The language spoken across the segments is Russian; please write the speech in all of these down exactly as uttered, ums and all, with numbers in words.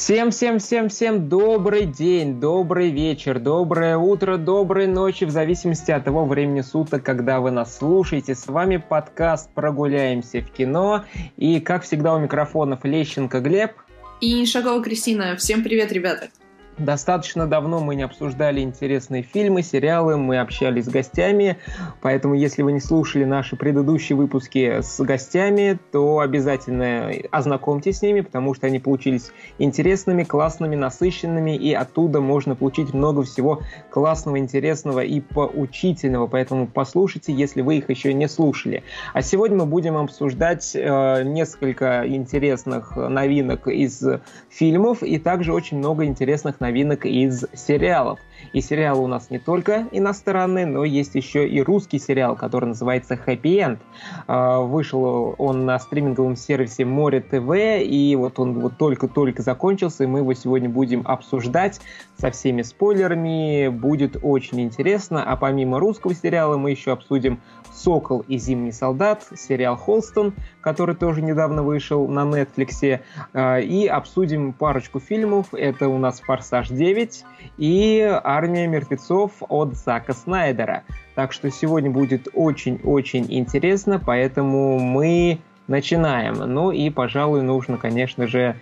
Всем-всем-всем-всем добрый день, добрый вечер, доброе утро, доброй ночи, в зависимости от того времени суток, когда вы нас слушаете. С вами подкаст «Прогуляемся в кино». И, как всегда, у микрофонов Лещенко Глеб. И Шагова Кристина. Всем привет, ребята. Достаточно давно мы не обсуждали интересные фильмы, сериалы, мы общались с гостями, поэтому если вы не слушали наши предыдущие выпуски с гостями, то обязательно ознакомьтесь с ними, потому что они получились интересными, классными, насыщенными, и оттуда можно получить много всего классного, интересного и поучительного, поэтому послушайте, если вы их еще не слушали. А сегодня мы будем обсуждать э, несколько интересных новинок из фильмов и также очень много интересных новинок новинок из сериалов. И сериалы у нас не только иностранные, но есть еще и русский сериал, который называется «Happy End». Вышел он на стриминговом сервисе Море ТВ, и вот он вот только-только закончился, и мы его сегодня будем обсуждать со всеми спойлерами. Будет очень интересно. А помимо русского сериала мы еще обсудим «Сокол и Зимний солдат», сериал «Холстон», который тоже недавно вышел на Netflix, и обсудим парочку фильмов. Это у нас «Форсаж девять» и «Армия мертвецов» от Зака Снайдера. Так что сегодня будет очень-очень интересно, поэтому мы начинаем. Ну и, пожалуй, нужно, конечно же,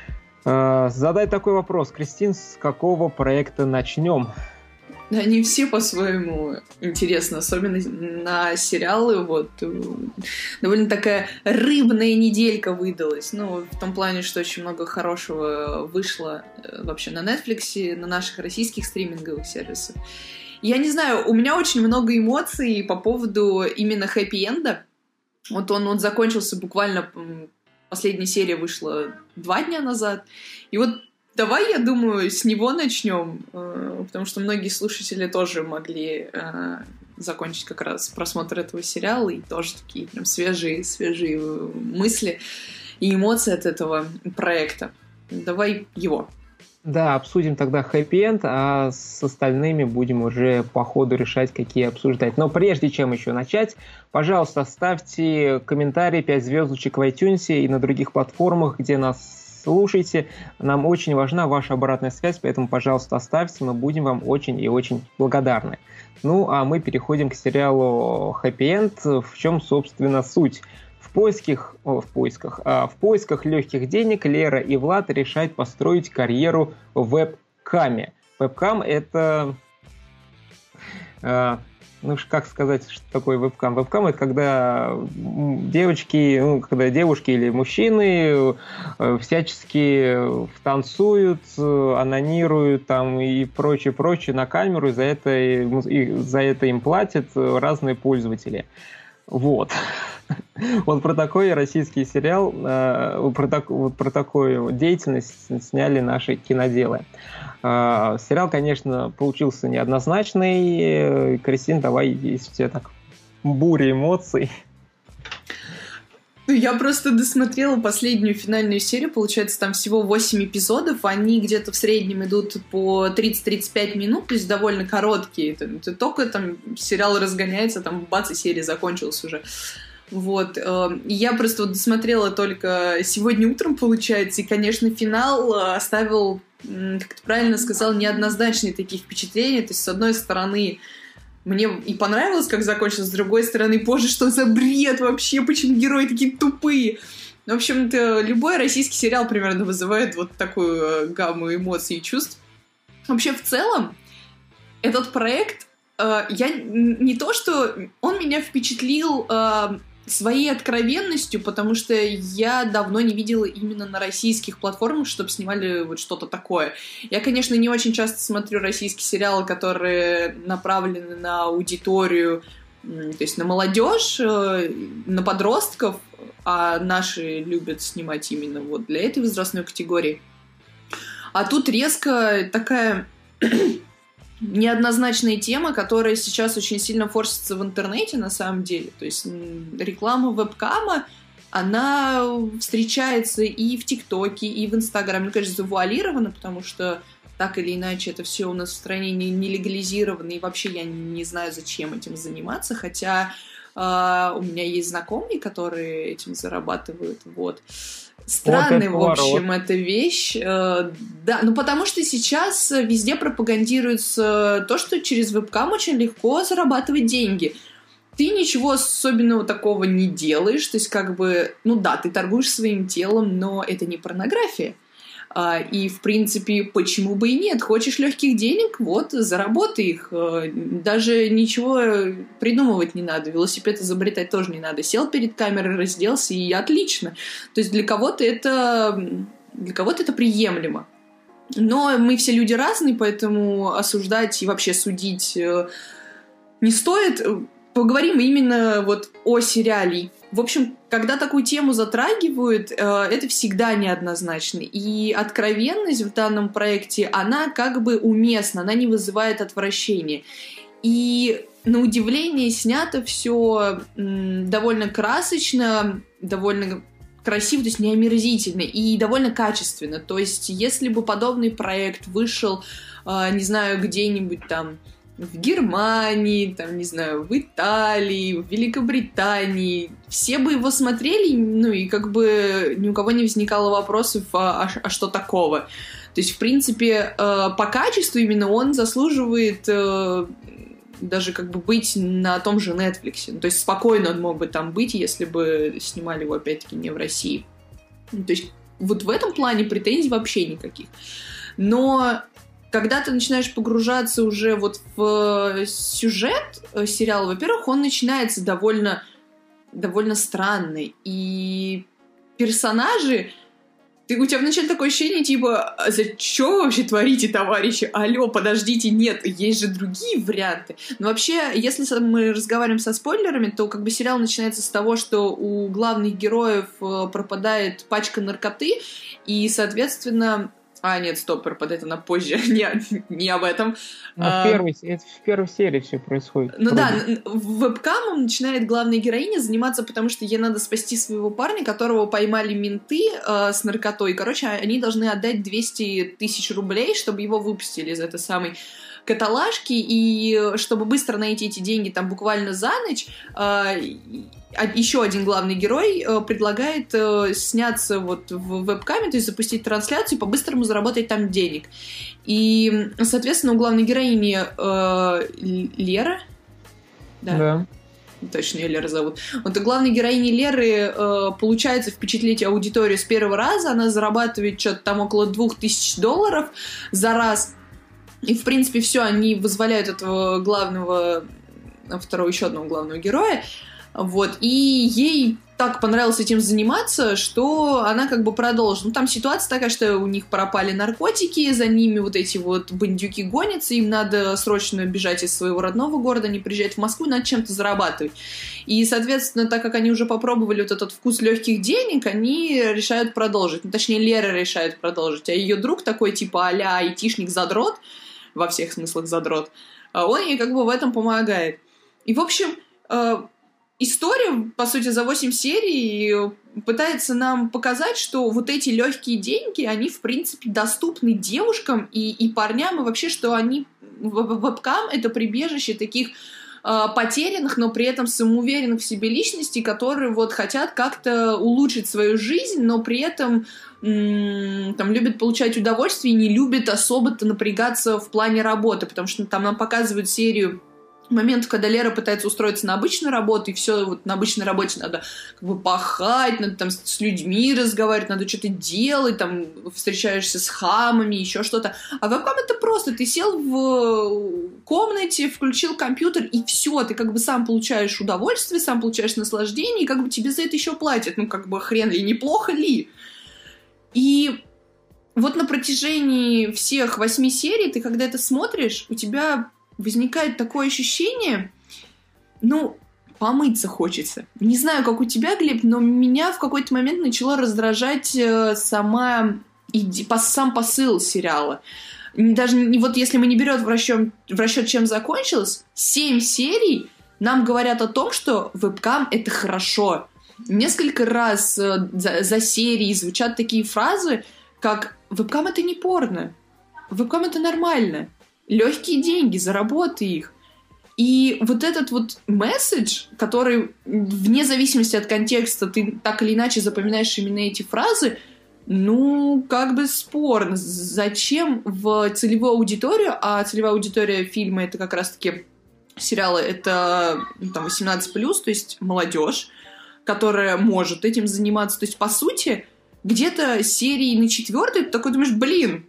задать такой вопрос. Кристин, с какого проекта начнем? Они все по-своему интересны, особенно на сериалы. Вот довольно такая рыбная неделька выдалась. Ну, в том плане, что очень много хорошего вышло вообще на Netflix, на наших российских стриминговых сервисах. Я не знаю, у меня очень много эмоций по поводу именно хэппи-энда. Вот он, он закончился буквально... Последняя серия вышла два дня назад. И вот давай, я думаю, с него начнем, потому что многие слушатели тоже могли закончить как раз просмотр этого сериала, и тоже такие прям свежие, свежие мысли и эмоции от этого проекта. Давай его. Да, обсудим тогда хэппи-энд, а с остальными будем уже по ходу решать, какие обсуждать. Но прежде чем еще начать, пожалуйста, ставьте комментарий, пять звездочек в iTunes и на других платформах, где нас слушаете. Нам очень важна ваша обратная связь, поэтому, пожалуйста, оставьте, мы будем вам очень и очень благодарны. Ну, а мы переходим к сериалу «Хэппи-энд». В чем, собственно, суть? В поисках, о, в поисках, а, в поисках легких денег Лера и Влад решают построить карьеру в веб-каме. Веб-кам — это... А, ну, как сказать, что такое веб-кам? Веб-кам — это когда девочки, ну, когда девушки или мужчины всячески танцуют, анонируют там и прочее-прочее на камеру, и за это, и за это им платят разные пользователи. Вот. Вот про такой российский сериал, э, про, так, вот про такую деятельность сняли наши киноделы. Э, сериал, конечно, получился неоднозначный. Кристин, давай, есть у тебя так буря эмоций. Ну, я просто досмотрела последнюю финальную серию, получается, там всего восемь эпизодов, они где-то в среднем идут по тридцать-тридцать пять минут, то есть довольно короткие. Это только там сериал разгоняется, там бац, и серия закончилась уже. Вот. И я просто вот досмотрела только сегодня утром, получается, и, конечно, финал оставил, как ты правильно сказал, неоднозначные такие впечатления. То есть, с одной стороны, мне и понравилось, как закончилось, с другой стороны, боже, что за бред вообще, почему герои такие тупые? В общем-то, любой российский сериал примерно вызывает вот такую гамму эмоций и чувств. Вообще, в целом, этот проект, я не то, что он меня впечатлил своей откровенностью, потому что я давно не видела именно на российских платформах, чтобы снимали вот что-то такое. Я, конечно, не очень часто смотрю российские сериалы, которые направлены на аудиторию, то есть на молодежь, на подростков, а наши любят снимать именно вот для этой возрастной категории. А тут резко такая... неоднозначная тема, которая сейчас очень сильно форсится в интернете, на самом деле. То есть реклама вебкама, она встречается и в ТикТоке, и в Инстаграме. Ну, конечно, завуалирована, потому что так или иначе это все у нас в стране не, не легализировано, и вообще я не знаю, зачем этим заниматься, хотя Uh, у меня есть знакомые, которые этим зарабатывают, вот. Странная, вот в общем, ворот. Эта вещь. Uh, да, ну потому что сейчас везде пропагандируется то, что через вебкам очень легко зарабатывать деньги. Ты ничего особенного такого не делаешь, то есть как бы, ну да, ты торгуешь своим телом, но это не порнография. И, в принципе, почему бы и нет? Хочешь легких денег? Вот, заработай их. Даже ничего придумывать не надо. Велосипед изобретать тоже не надо. Сел перед камерой, разделся, и отлично. То есть для кого-то это, для кого-то это приемлемо. Но мы все люди разные, поэтому осуждать и вообще судить не стоит. Поговорим именно вот о сериале. В общем, когда такую тему затрагивают, это всегда неоднозначно. И откровенность в данном проекте, она как бы уместна, она не вызывает отвращения. И на удивление снято все довольно красочно, довольно красиво, то есть не омерзительно и довольно качественно. То есть если бы подобный проект вышел, не знаю, где-нибудь там в Германии, там, не знаю, в Италии, в Великобритании, все бы его смотрели, ну и как бы ни у кого не возникало вопросов, а, а, а что такого. То есть, в принципе, э, по качеству именно он заслуживает э, даже как бы быть на том же Netflix. Ну, то есть спокойно он мог бы там быть, если бы снимали его, опять-таки, не в России. Ну, то есть вот в этом плане претензий вообще никаких. Но когда ты начинаешь погружаться уже вот в сюжет сериала, во-первых, он начинается довольно, довольно странный. И персонажи... Ты, у тебя вначале такое ощущение, типа, за что вы вообще творите, товарищи? Алло, подождите, нет, есть же другие варианты. Но вообще, если мы разговариваем со спойлерами, то как бы сериал начинается с того, что у главных героев пропадает пачка наркоты, и, соответственно... А, нет, стоп, пропадает она позже. не, не об этом. Ну, а, в, первой, это в первой серии все происходит. Ну вроде. Да, вебкамом начинает главная героиня заниматься, потому что ей надо спасти своего парня, которого поймали менты э, с наркотой. Короче, они должны отдать двести тысяч рублей, чтобы его выпустили из этой самой каталажки, и чтобы быстро найти эти деньги там буквально за ночь, э, еще один главный герой э, предлагает э, сняться вот в вебкаме, то есть запустить трансляцию и по-быстрому заработать там денег. И, соответственно, у главной героини э, Лера, да, да. Точно, ее Лера зовут. Вот у главной героини Леры э, получается впечатлить аудиторию с первого раза, она зарабатывает что-то там около двух тысяч долларов за раз. И, в принципе, все, они вызволяют этого главного, второго, еще одного главного героя. Вот. И ей так понравилось этим заниматься, что она как бы продолжила. Ну, там ситуация такая, что у них пропали наркотики, за ними вот эти вот бандюки гонятся, им надо срочно бежать из своего родного города, они приезжают в Москву, надо чем-то зарабатывать. И, соответственно, так как они уже попробовали вот этот вкус легких денег, они решают продолжить. Ну, точнее, Лера решает продолжить. А ее друг такой, типа а-ля айтишник-задрот, во всех смыслах задрот, он ей как бы в этом помогает. И, в общем, история, по сути, за восемь серий пытается нам показать, что вот эти легкие деньги, они, в принципе, доступны девушкам и, и парням, и вообще, что они... Вебкам — это прибежище таких э, потерянных, но при этом самоуверенных в себе личностей, которые вот хотят как-то улучшить свою жизнь, но при этом м- там любят получать удовольствие и не любят особо-то напрягаться в плане работы, потому что там нам показывают серию момент, когда Лера пытается устроиться на обычную работу, и все, вот на обычной работе надо как бы пахать, надо там с людьми разговаривать, надо что-то делать, там встречаешься с хамами, еще что-то. А вебкам это просто, ты сел в комнате, включил компьютер, и все, ты как бы сам получаешь удовольствие, сам получаешь наслаждение, и как бы тебе за это еще платят. Ну, как бы хрен ли, неплохо ли? И вот на протяжении всех восьми серий ты, когда это смотришь, у тебя возникает такое ощущение, ну, помыться хочется. Не знаю, как у тебя, Глеб, но меня в какой-то момент начало раздражать э, сама иди, пос, сам посыл сериала. Даже не, вот если мы не берем в расчет, в расчет, чем закончилось, семь серий нам говорят о том, что вебкам — это хорошо. Несколько раз э, за, за серией звучат такие фразы, как «вебкам — это не порно», «вебкам — это нормально», легкие деньги, заработай их. И вот этот вот месседж, который вне зависимости от контекста ты так или иначе запоминаешь именно эти фразы, ну, как бы спорно. Зачем в целевую аудиторию, а целевая аудитория фильма — это как раз-таки сериалы, это ну, там восемнадцать плюс, то есть молодежь, которая может этим заниматься. То есть, по сути, где-то серии на четвертой ты такой думаешь, блин,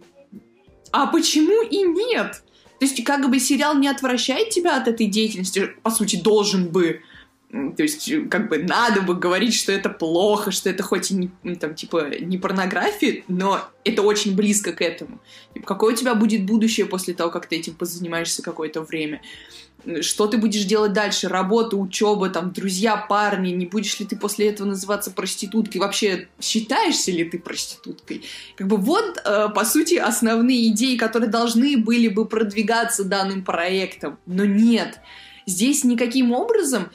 а почему и нет? То есть, как бы сериал не отвращает тебя от этой деятельности, по сути, должен бы. То есть, как бы надо бы говорить, что это плохо, что это хоть и не, там, типа, не порнография, но это очень близко к этому. Типа, какое у тебя будет будущее после того, как ты этим позанимаешься какое-то время? Что ты будешь делать дальше? Работа, учеба, там, друзья, парни. Не будешь ли ты после этого называться проституткой? Вообще, считаешься ли ты проституткой? Как бы вот, э, по сути, основные идеи, которые должны были бы продвигаться данным проектом. Но нет. Здесь никаким образом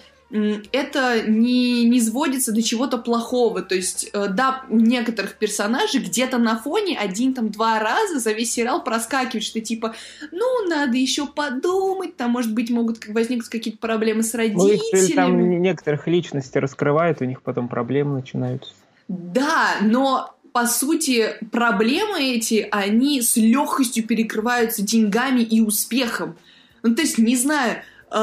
это не, не сводится до чего-то плохого. То есть, э, да, у некоторых персонажей где-то на фоне один-два раза за весь сериал проскакивает, что типа, ну, надо еще подумать, там, может быть, могут возникнуть какие-то проблемы с родителями. Ну, или там некоторых личностей раскрывают, у них потом проблемы начинаются. Да, но... По сути, проблемы эти, они с легкостью перекрываются деньгами и успехом. Ну, то есть, не знаю...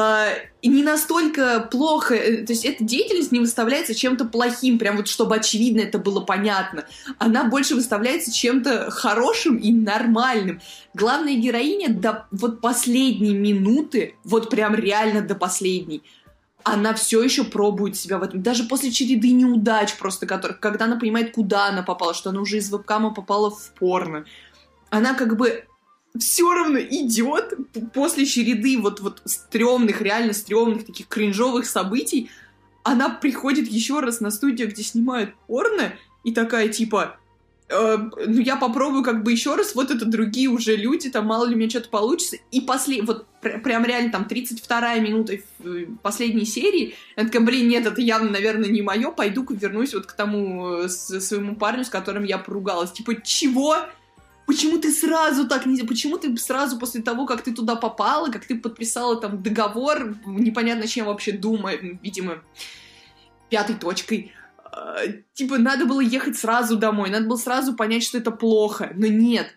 И не настолько плохо, то есть эта деятельность не выставляется чем-то плохим, прям вот чтобы очевидно это было понятно. Она больше выставляется чем-то хорошим и нормальным. Главная героиня до вот последней минуты, вот прям реально до последней, она все еще пробует себя в этом. Даже после череды неудач просто, которых, когда она понимает, куда она попала, что она уже из вебкама попала в порно, она как бы... все равно идет после череды вот, вот стрёмных, реально стрёмных, таких кринжовых событий, она приходит еще раз на студию, где снимают порно, и такая типа, э, ну я попробую как бы еще раз, вот это другие уже люди, там мало ли у меня что-то получится, и после, вот пр- прям реально там тридцать вторая минута последней серии, я такая, блин, нет, это явно, наверное, не мое, пойду-ка вернусь вот к тому с, своему парню, с которым я поругалась. Типа, чего? Почему ты сразу так не... Почему ты сразу после того, как ты туда попала, как ты подписала там договор, непонятно чем вообще думаю, видимо, пятой точкой, э, типа надо было ехать сразу домой, надо было сразу понять, что это плохо, но нет.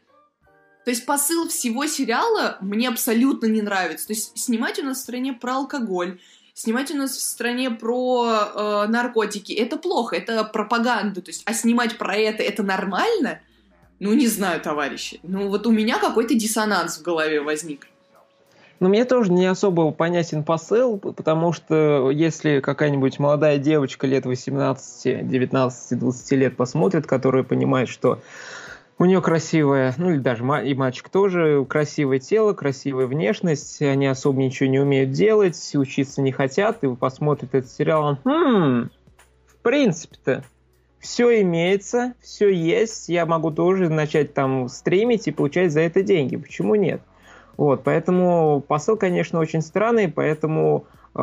То есть посыл всего сериала мне абсолютно не нравится. То есть снимать у нас в стране про алкоголь, снимать у нас в стране про э, наркотики, это плохо, это пропаганда. То есть, а снимать про это, это нормально? Ну, не знаю, товарищи. Ну, вот у меня какой-то диссонанс в голове возник. Ну, мне тоже не особо понятен посыл, потому что если какая-нибудь молодая девочка лет восемнадцати, девятнадцати, двадцати лет посмотрит, которая понимает, что у нее красивое, ну, или даже и мальчик тоже, красивое тело, красивая внешность, они особо ничего не умеют делать, учиться не хотят, и посмотрит этот сериал, он, хм, в принципе-то, все имеется, все есть, я могу тоже начать там стримить и получать за это деньги. Почему нет? Вот, поэтому посыл, конечно, очень странный, поэтому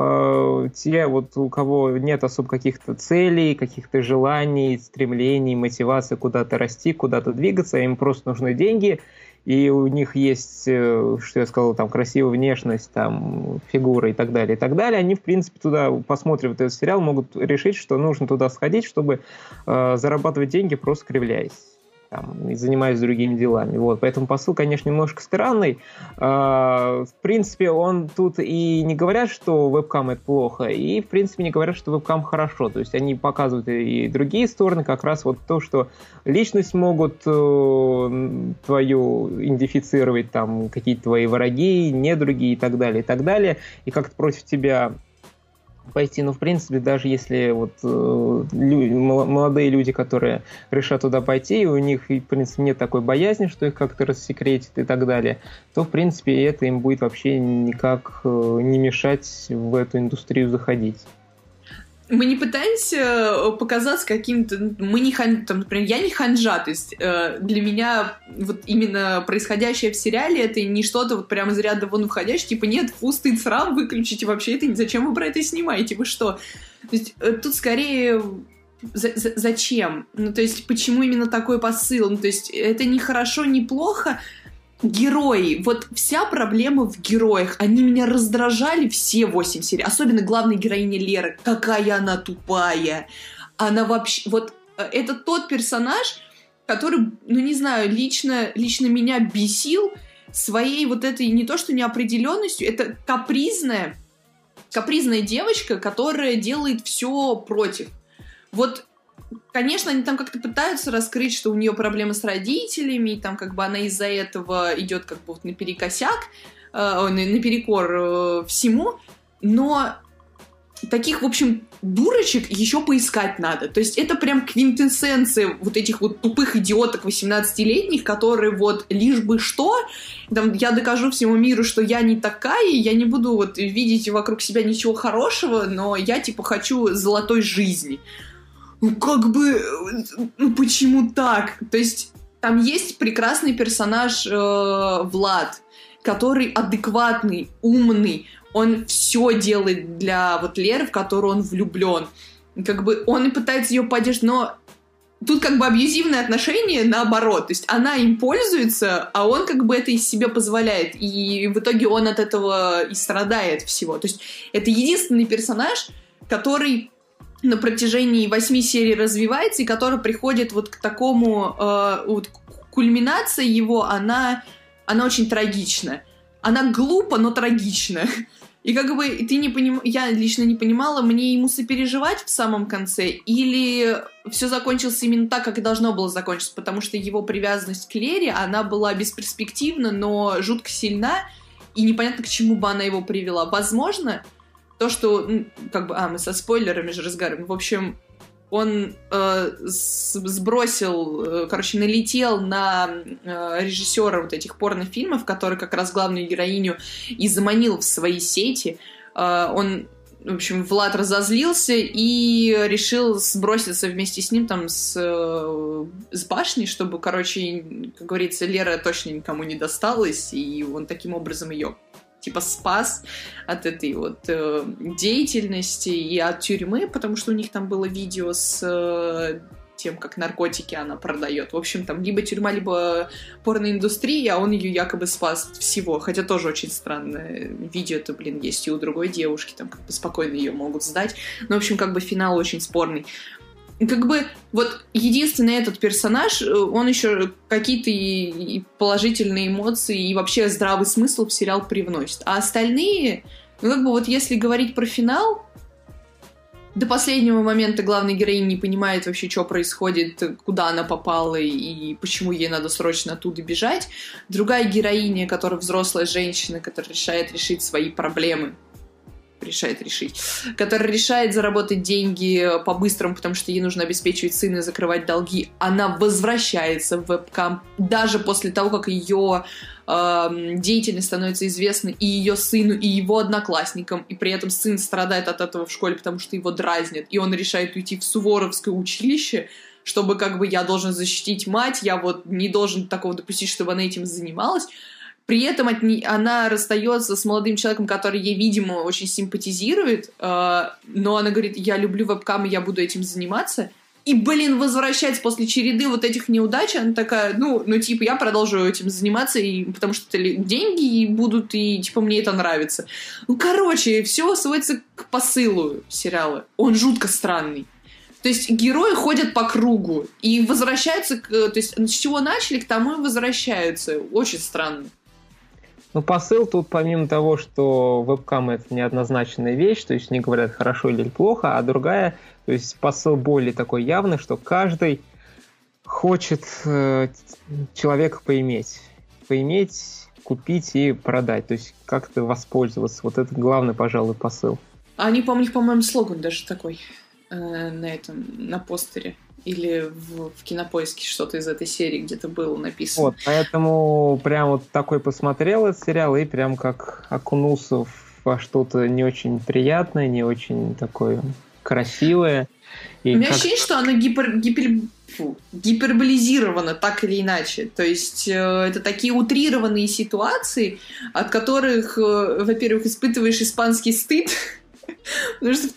э, те, вот, у кого нет особо каких-то целей, каких-то желаний, стремлений, мотивации куда-то расти, куда-то двигаться, им просто нужны деньги, и у них есть, что я сказал, там, красивая внешность, там, фигура и так далее, и так далее, они, в принципе, туда, посмотрев этот сериал, могут решить, что нужно туда сходить, чтобы э, зарабатывать деньги, просто кривляясь, там, и занимаясь другими делами. Вот. Поэтому посыл, конечно, немножко странный. Э, в принципе, он тут и не говорят, что вебкам это плохо, и, в принципе, не говорят, что вебкам хорошо. То есть они показывают и другие стороны, как раз вот то, что личность могут э, твою идентифицировать, там, какие-то твои враги, недруги и так далее, и так далее, и как-то против тебя пойти. Но, в принципе, даже если вот э, лю- молодые люди, которые решат туда пойти, и у них, в принципе, нет такой боязни, что их как-то рассекретит и так далее, то, в принципе, это им будет вообще никак э, не мешать в эту индустрию заходить. Мы не пытаемся показаться каким-то... Мы не хан... там, например, я не ханжа, то есть э, для меня вот именно происходящее в сериале это не что-то вот прямо из ряда вон входящее, типа нет, фу, стыд, срам, выключите вообще это, зачем вы про это снимаете, вы что? То есть э, тут скорее... За- за- зачем? Ну, то есть почему именно такой посыл? Ну, то есть это не хорошо, не плохо, герои, вот вся проблема в героях. Они меня раздражали все восемь серий. Особенно главная героиня Лера. Какая она тупая. Она вообще... Вот это тот персонаж, который, ну не знаю, лично, лично меня бесил своей вот этой не то что неопределенностью, это капризная, капризная девочка, которая делает все против. Вот, конечно, они там как-то пытаются раскрыть, что у нее проблемы с родителями, и там как бы она из-за этого идет как бы вот наперекосяк, э, наперекор э, всему, но таких, в общем, дурочек еще поискать надо. То есть это прям квинтэссенция вот этих вот тупых идиоток восемнадцатилетних, которые вот лишь бы что, там, я докажу всему миру, что я не такая, я не буду вот видеть вокруг себя ничего хорошего, но я типа хочу золотой жизни. Ну как бы, ну почему так? То есть там есть прекрасный персонаж э, Влад, который адекватный, умный, он все делает для вот Леры, в которую он влюблен. Как бы он и пытается ее поддержать, но тут как бы абьюзивное отношение наоборот. То есть она им пользуется, а он как бы это из себя позволяет. И в итоге он от этого и страдает всего. То есть это единственный персонаж, который на протяжении восьми серий развивается, и который приходит вот к такому... Э, вот кульминация его, она, она очень трагична. Она глупа, но трагична. И как бы ты не поним... я лично не понимала, мне ему сопереживать в самом конце, или все закончилось именно так, как и должно было закончиться, потому что его привязанность к Лере, она была бесперспективна, но жутко сильна, и непонятно, к чему бы она его привела. Возможно, то, что... как бы, а, мы со спойлерами же разговариваем. В общем, он э, сбросил, э, короче, налетел на э, режиссера вот этих порнофильмов, который как раз главную героиню и заманил в свои сети. Э, он, в общем, Влад разозлился и решил сброситься вместе с ним там с, э, с башни, чтобы, короче, как говорится, Лера точно никому не досталась, и он таким образом ее типа спас от этой вот э, деятельности и от тюрьмы, потому что у них там было видео с э, тем, как наркотики она продает. В общем, там либо тюрьма, либо порноиндустрия, а он ее якобы спас от всего. Хотя тоже очень странное видео-то, блин, есть и у другой девушки, там как бы спокойно ее могут сдать. Но, в общем, как бы финал очень спорный. Как бы вот единственный этот персонаж, он еще какие-то и положительные эмоции и вообще здравый смысл в сериал привносит. А остальные, ну как бы вот если говорить про финал, до последнего момента главная героиня не понимает вообще, что происходит, куда она попала и почему ей надо срочно оттуда бежать. Другая героиня, которая взрослая женщина, которая решает решить свои проблемы, решает решить, которая решает заработать деньги по-быстрому, потому что ей нужно обеспечивать сына и закрывать долги, она возвращается в вебкам даже после того, как ее э, деятельность становится известна и ее сыну, и его одноклассникам, и при этом сын страдает от этого в школе, потому что его дразнят, и он решает уйти в Суворовское училище, чтобы как бы я должен защитить мать, я вот не должен такого допустить, чтобы она этим занималась. При этом от не... она расстается с молодым человеком, который ей, видимо, очень симпатизирует, э, но она говорит, я люблю вебкам, и я буду этим заниматься. И, блин, возвращается после череды вот этих неудач, она такая, ну, ну типа, я продолжу этим заниматься, и, потому что деньги будут, и, типа, мне это нравится. Ну, короче, все сводится к посылу сериала. Он жутко странный. То есть герои ходят по кругу и возвращаются, к... то есть с чего начали, к тому и возвращаются. Очень странно. Ну, посыл тут, помимо того, что вебкам — это неоднозначная вещь, то есть не говорят хорошо или плохо, а другая, то есть посыл более такой явный, что каждый хочет э, человека поиметь. Поиметь, купить и продать, то есть как-то воспользоваться. Вот это главный, пожалуй, посыл. А они, по-моему, по-моему, слоган даже такой э, на этом, на постере. Или в, в Кинопоиске что-то из этой серии где-то было написано. Вот, поэтому прям вот такой посмотрел этот сериал и прям как окунулся во что-то не очень приятное, не очень такое красивое. И у меня как... ощущение, что оно гипер, гипер, фу, гиперболизировано так или иначе. То есть э, это такие утрированные ситуации, от которых, э, во-первых, испытываешь испанский стыд, потому что в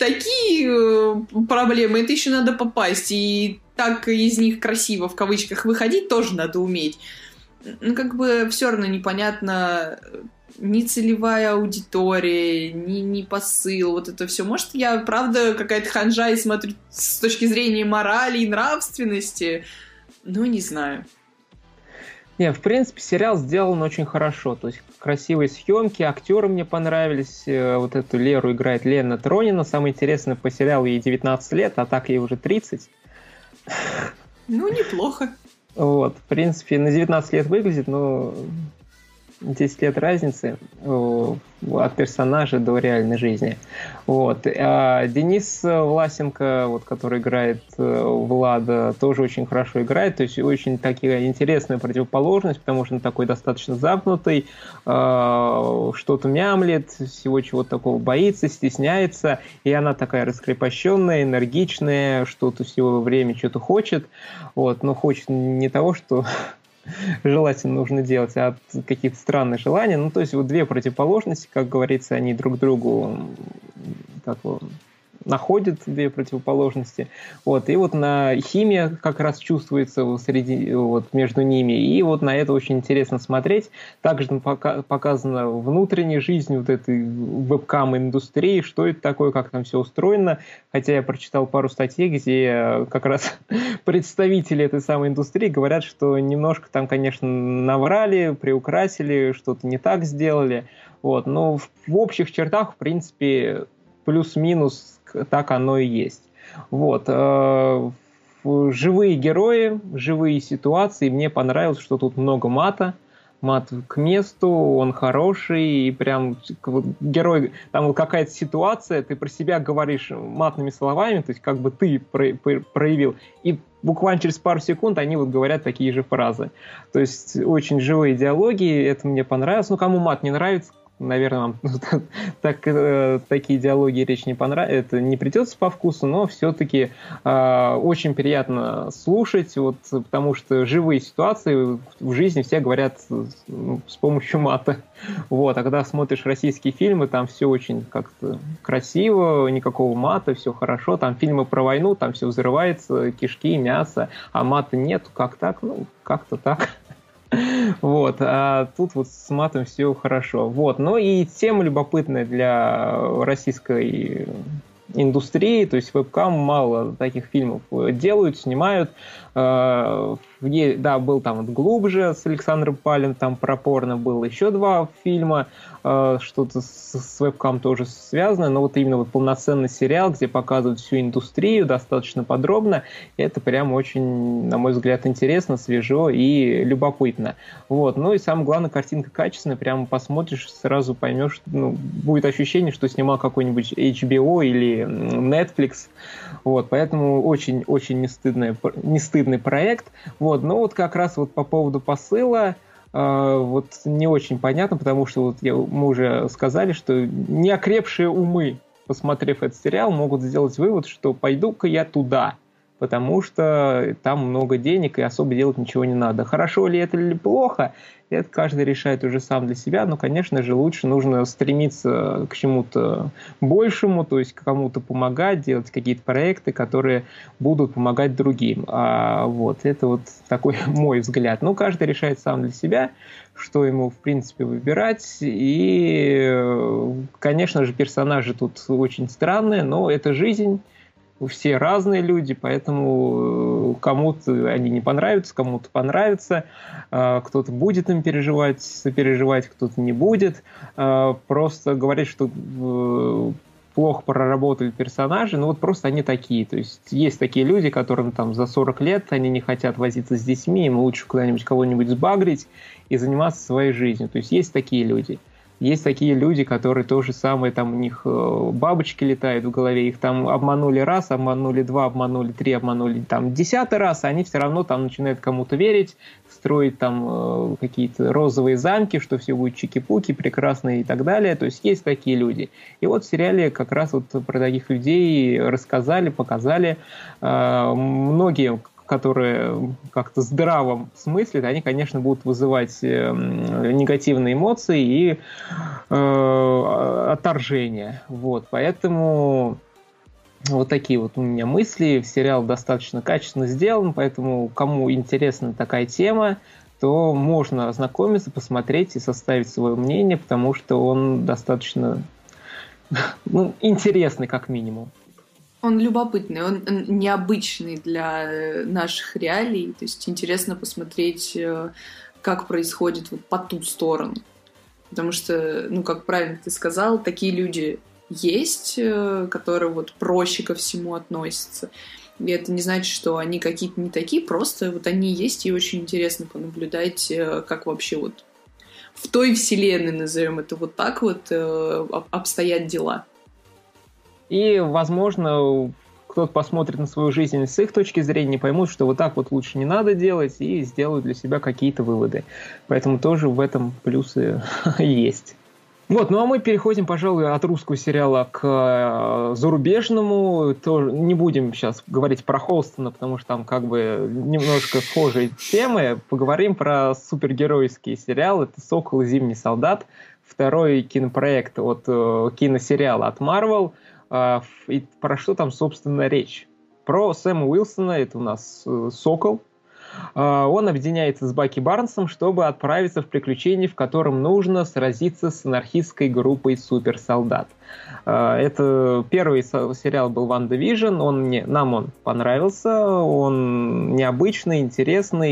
такие проблемы это еще надо попасть, и так из них красиво, в кавычках, выходить тоже надо уметь. ну, как бы все равно непонятно ни целевая аудитория, ни, ни посыл, вот это все. Может, я, правда, какая-то ханжа и смотрю с точки зрения морали и нравственности? Ну, не знаю. Не, в принципе, сериал сделан очень хорошо. То есть красивые съемки, актеры мне понравились. Вот эту Леру играет Лена Тронина. Самое интересное, по сериалу ей девятнадцать лет, а так ей уже тридцать. Ну, неплохо. Вот, в принципе, на девятнадцать лет выглядит, но десять лет разницы от персонажа до реальной жизни. Вот. А Денис Власенко, вот, который играет Влада, тоже очень хорошо играет. То есть очень такая интересная противоположность, потому что он такой достаточно замкнутый, что-то мямлет, всего чего-то такого боится, стесняется. И она такая раскрепощенная, энергичная, что-то все время что-то хочет. Вот. Но хочет не того, что желательно нужно делать, а от каких-то странных желаний. Ну, то есть вот две противоположности, как говорится, они друг другу как бы находят, две противоположности. Вот. И вот на химия как раз чувствуется среди, вот, между ними. И вот на это очень интересно смотреть. Также пока, показана внутренняя жизнь вот этой вебкам-индустрии, что это такое, как там все устроено. Хотя я прочитал пару статей, где как раз представители этой самой индустрии говорят, что немножко там, конечно, наврали, приукрасили, что-то не так сделали. Вот. Но в, в общих чертах, в принципе, плюс-минус так оно и есть. Вот. Живые герои, живые ситуации. Мне понравилось, что тут много мата. Мат к месту, он хороший, и прям вот, герой, там вот какая-то ситуация, ты про себя говоришь матными словами, то есть как бы ты про, про, проявил, и буквально через пару секунд они вот говорят такие же фразы. То есть очень живые диалоги, это мне понравилось. Ну, кому мат не нравится, наверное, вам так, э, такие диалоги речь не понравится, это не придется по вкусу, но все-таки э, очень приятно слушать, вот, потому что живые ситуации в жизни все говорят ну, с помощью мата. Вот, а когда смотришь российские фильмы, там все очень как-то красиво, никакого мата, все хорошо, там фильмы про войну, там все взрывается, кишки, мясо, а мата нет, как так? Ну, как-то так. Вот, а тут вот с матом все хорошо. Вот, ну и тема любопытная для российской индустрии, то есть вебкам мало таких фильмов делают, снимают. Да, был там вот «Глубже» с Александром Палем, там про порно было еще два фильма, что-то с вебкам тоже связано, но вот именно вот полноценный сериал, где показывают всю индустрию достаточно подробно, это прям очень, на мой взгляд, интересно, свежо и любопытно. Вот. Ну и самое главное, картинка качественная, прямо посмотришь, сразу поймешь, ну, будет ощущение, что снимал какой-нибудь эйч би о или Netflix. Вот. Поэтому очень-очень не стыдный, не стыдный проект. Вот. Но вот как раз вот по поводу посыла вот не очень понятно, потому что вот я, мы уже сказали, что неокрепшие умы, посмотрев этот сериал, могут сделать вывод, что пойду-ка я туда, потому что там много денег и особо делать ничего не надо. Хорошо ли это или плохо, это каждый решает уже сам для себя, но, конечно же, лучше нужно стремиться к чему-то большему, то есть кому-то помогать, делать какие-то проекты, которые будут помогать другим. А вот это вот такой мой взгляд. Ну, каждый решает сам для себя, что ему, в принципе, выбирать. И, конечно же, персонажи тут очень странные, но это жизнь. Все разные люди, поэтому кому-то они не понравятся, кому-то понравится, кто-то будет им переживать, сопереживать, кто-то не будет. Просто говорить, что плохо проработали персонажи, но вот просто они такие. То есть есть такие люди, которым там за сорок лет, они не хотят возиться с детьми, им лучше куда-нибудь кого-нибудь сбагрить и заниматься своей жизнью. То есть есть такие люди. Есть такие люди, которые то же самое, там у них бабочки летают в голове, их там обманули раз, обманули два, обманули три, обманули там десятый раз, а они все равно там начинают кому-то верить, строить там какие-то розовые замки, что все будет чики-пуки, прекрасно и так далее. То есть есть такие люди. И вот в сериале как раз вот про таких людей рассказали, показали. Многие, которые как-то здраво смыслят, они, конечно, будут вызывать э, негативные эмоции и э, отторжение. Вот. Поэтому вот такие вот у меня мысли. Сериал достаточно качественно сделан, поэтому кому интересна такая тема, то можно ознакомиться, посмотреть и составить свое мнение, потому что он достаточно ну, интересный, как минимум. Он любопытный, он необычный для наших реалий. То есть интересно посмотреть, как происходит вот по ту сторону. Потому что, ну, как правильно ты сказал, такие люди есть, которые вот проще ко всему относятся. И это не значит, что они какие-то не такие, просто вот они есть, и очень интересно понаблюдать, как вообще вот в той вселенной, назовем это вот так вот, обстоят дела. И, возможно, кто-то посмотрит на свою жизнь с их точки зрения, поймут, что вот так вот лучше не надо делать, и сделают для себя какие-то выводы. Поэтому тоже в этом плюсы есть. Вот, ну а мы переходим, пожалуй, от русского сериала к зарубежному. Тоже не будем сейчас говорить про Холстона, потому что там как бы немножко схожие темы. Поговорим про супергеройский сериал. Это «Сокол и Зимний солдат». Второй кинопроект от киносериала от Marvel. И про что там, собственно, речь? Про Сэма Уилсона, это у нас Сокол. Он объединяется с Баки Барнсом, чтобы отправиться в приключение, в котором нужно сразиться с анархистской группой суперсолдат. Это первый сериал был «Ван Дивижн», он мне, нам он понравился, он необычный, интересный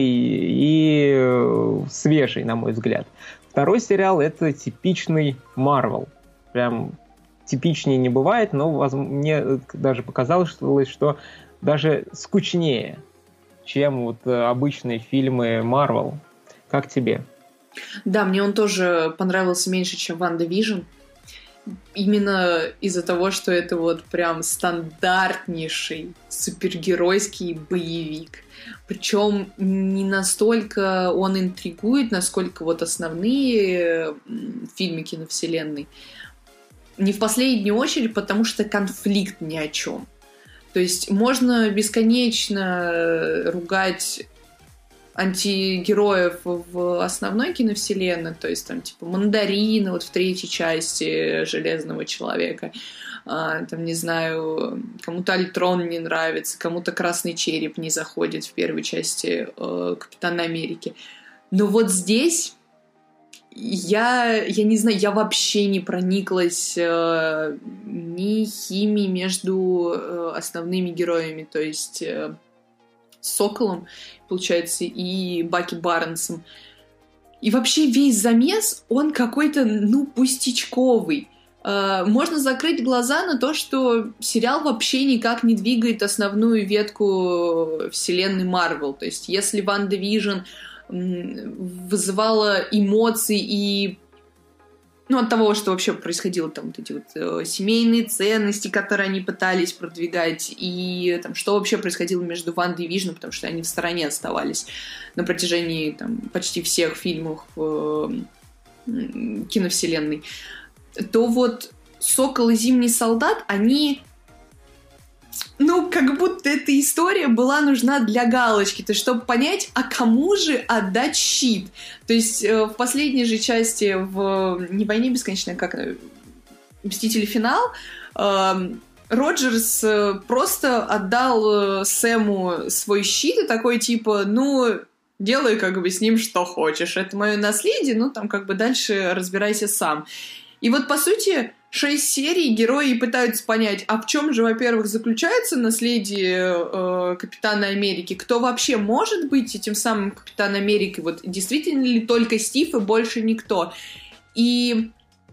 и свежий, на мой взгляд. Второй сериал — это типичный Marvel, прям типичнее не бывает, но мне даже показалось, что даже скучнее, чем вот обычные фильмы Marvel. Как тебе? Да, мне он тоже понравился меньше, чем «Ван Дивижн». Именно из-за того, что это вот прям стандартнейший супергеройский боевик. Причем не настолько он интригует, насколько вот основные фильмы киновселенной. Не в последнюю очередь, потому что конфликт ни о чем. То есть можно бесконечно ругать антигероев в основной киновселенной, то есть там типа Мандарина вот в третьей части Железного человека, а, там, не знаю, кому-то Альтрон не нравится, кому-то Красный череп не заходит в первой части э, Капитана Америки. Но вот здесь я, я не знаю, я вообще не прониклась э, ни химией между э, основными героями, то есть э, Соколом, получается, и Баки Барнсом. И вообще весь замес, он какой-то, ну, пустячковый. Э, можно закрыть глаза на то, что сериал вообще никак не двигает основную ветку вселенной Марвел. То есть если Ван Дивижн вызывала эмоции и ну, от того, что вообще происходило, там вот эти вот э, семейные ценности, которые они пытались продвигать, и там, что вообще происходило между Ван Дивижн, потому что они в стороне оставались на протяжении там, почти всех фильмов э, киновселенной, то вот Сокол и Зимний солдат, они ну, как будто эта история была нужна для галочки, то есть, чтобы понять, а кому же отдать щит. То есть, э, в последней же части, в «Не войне бесконечной», как «Мстители. Финал», э, Роджерс э, просто отдал э, Сэму свой щит и такой, типа, ну, делай как бы с ним что хочешь, это мое наследие, ну, там, как бы дальше разбирайся сам. И вот, по сути, шесть серий герои пытаются понять, а в чем же, во-первых, заключается наследие э, Капитана Америки, кто вообще может быть этим самым Капитаном Америкой, вот действительно ли только Стив и больше никто, и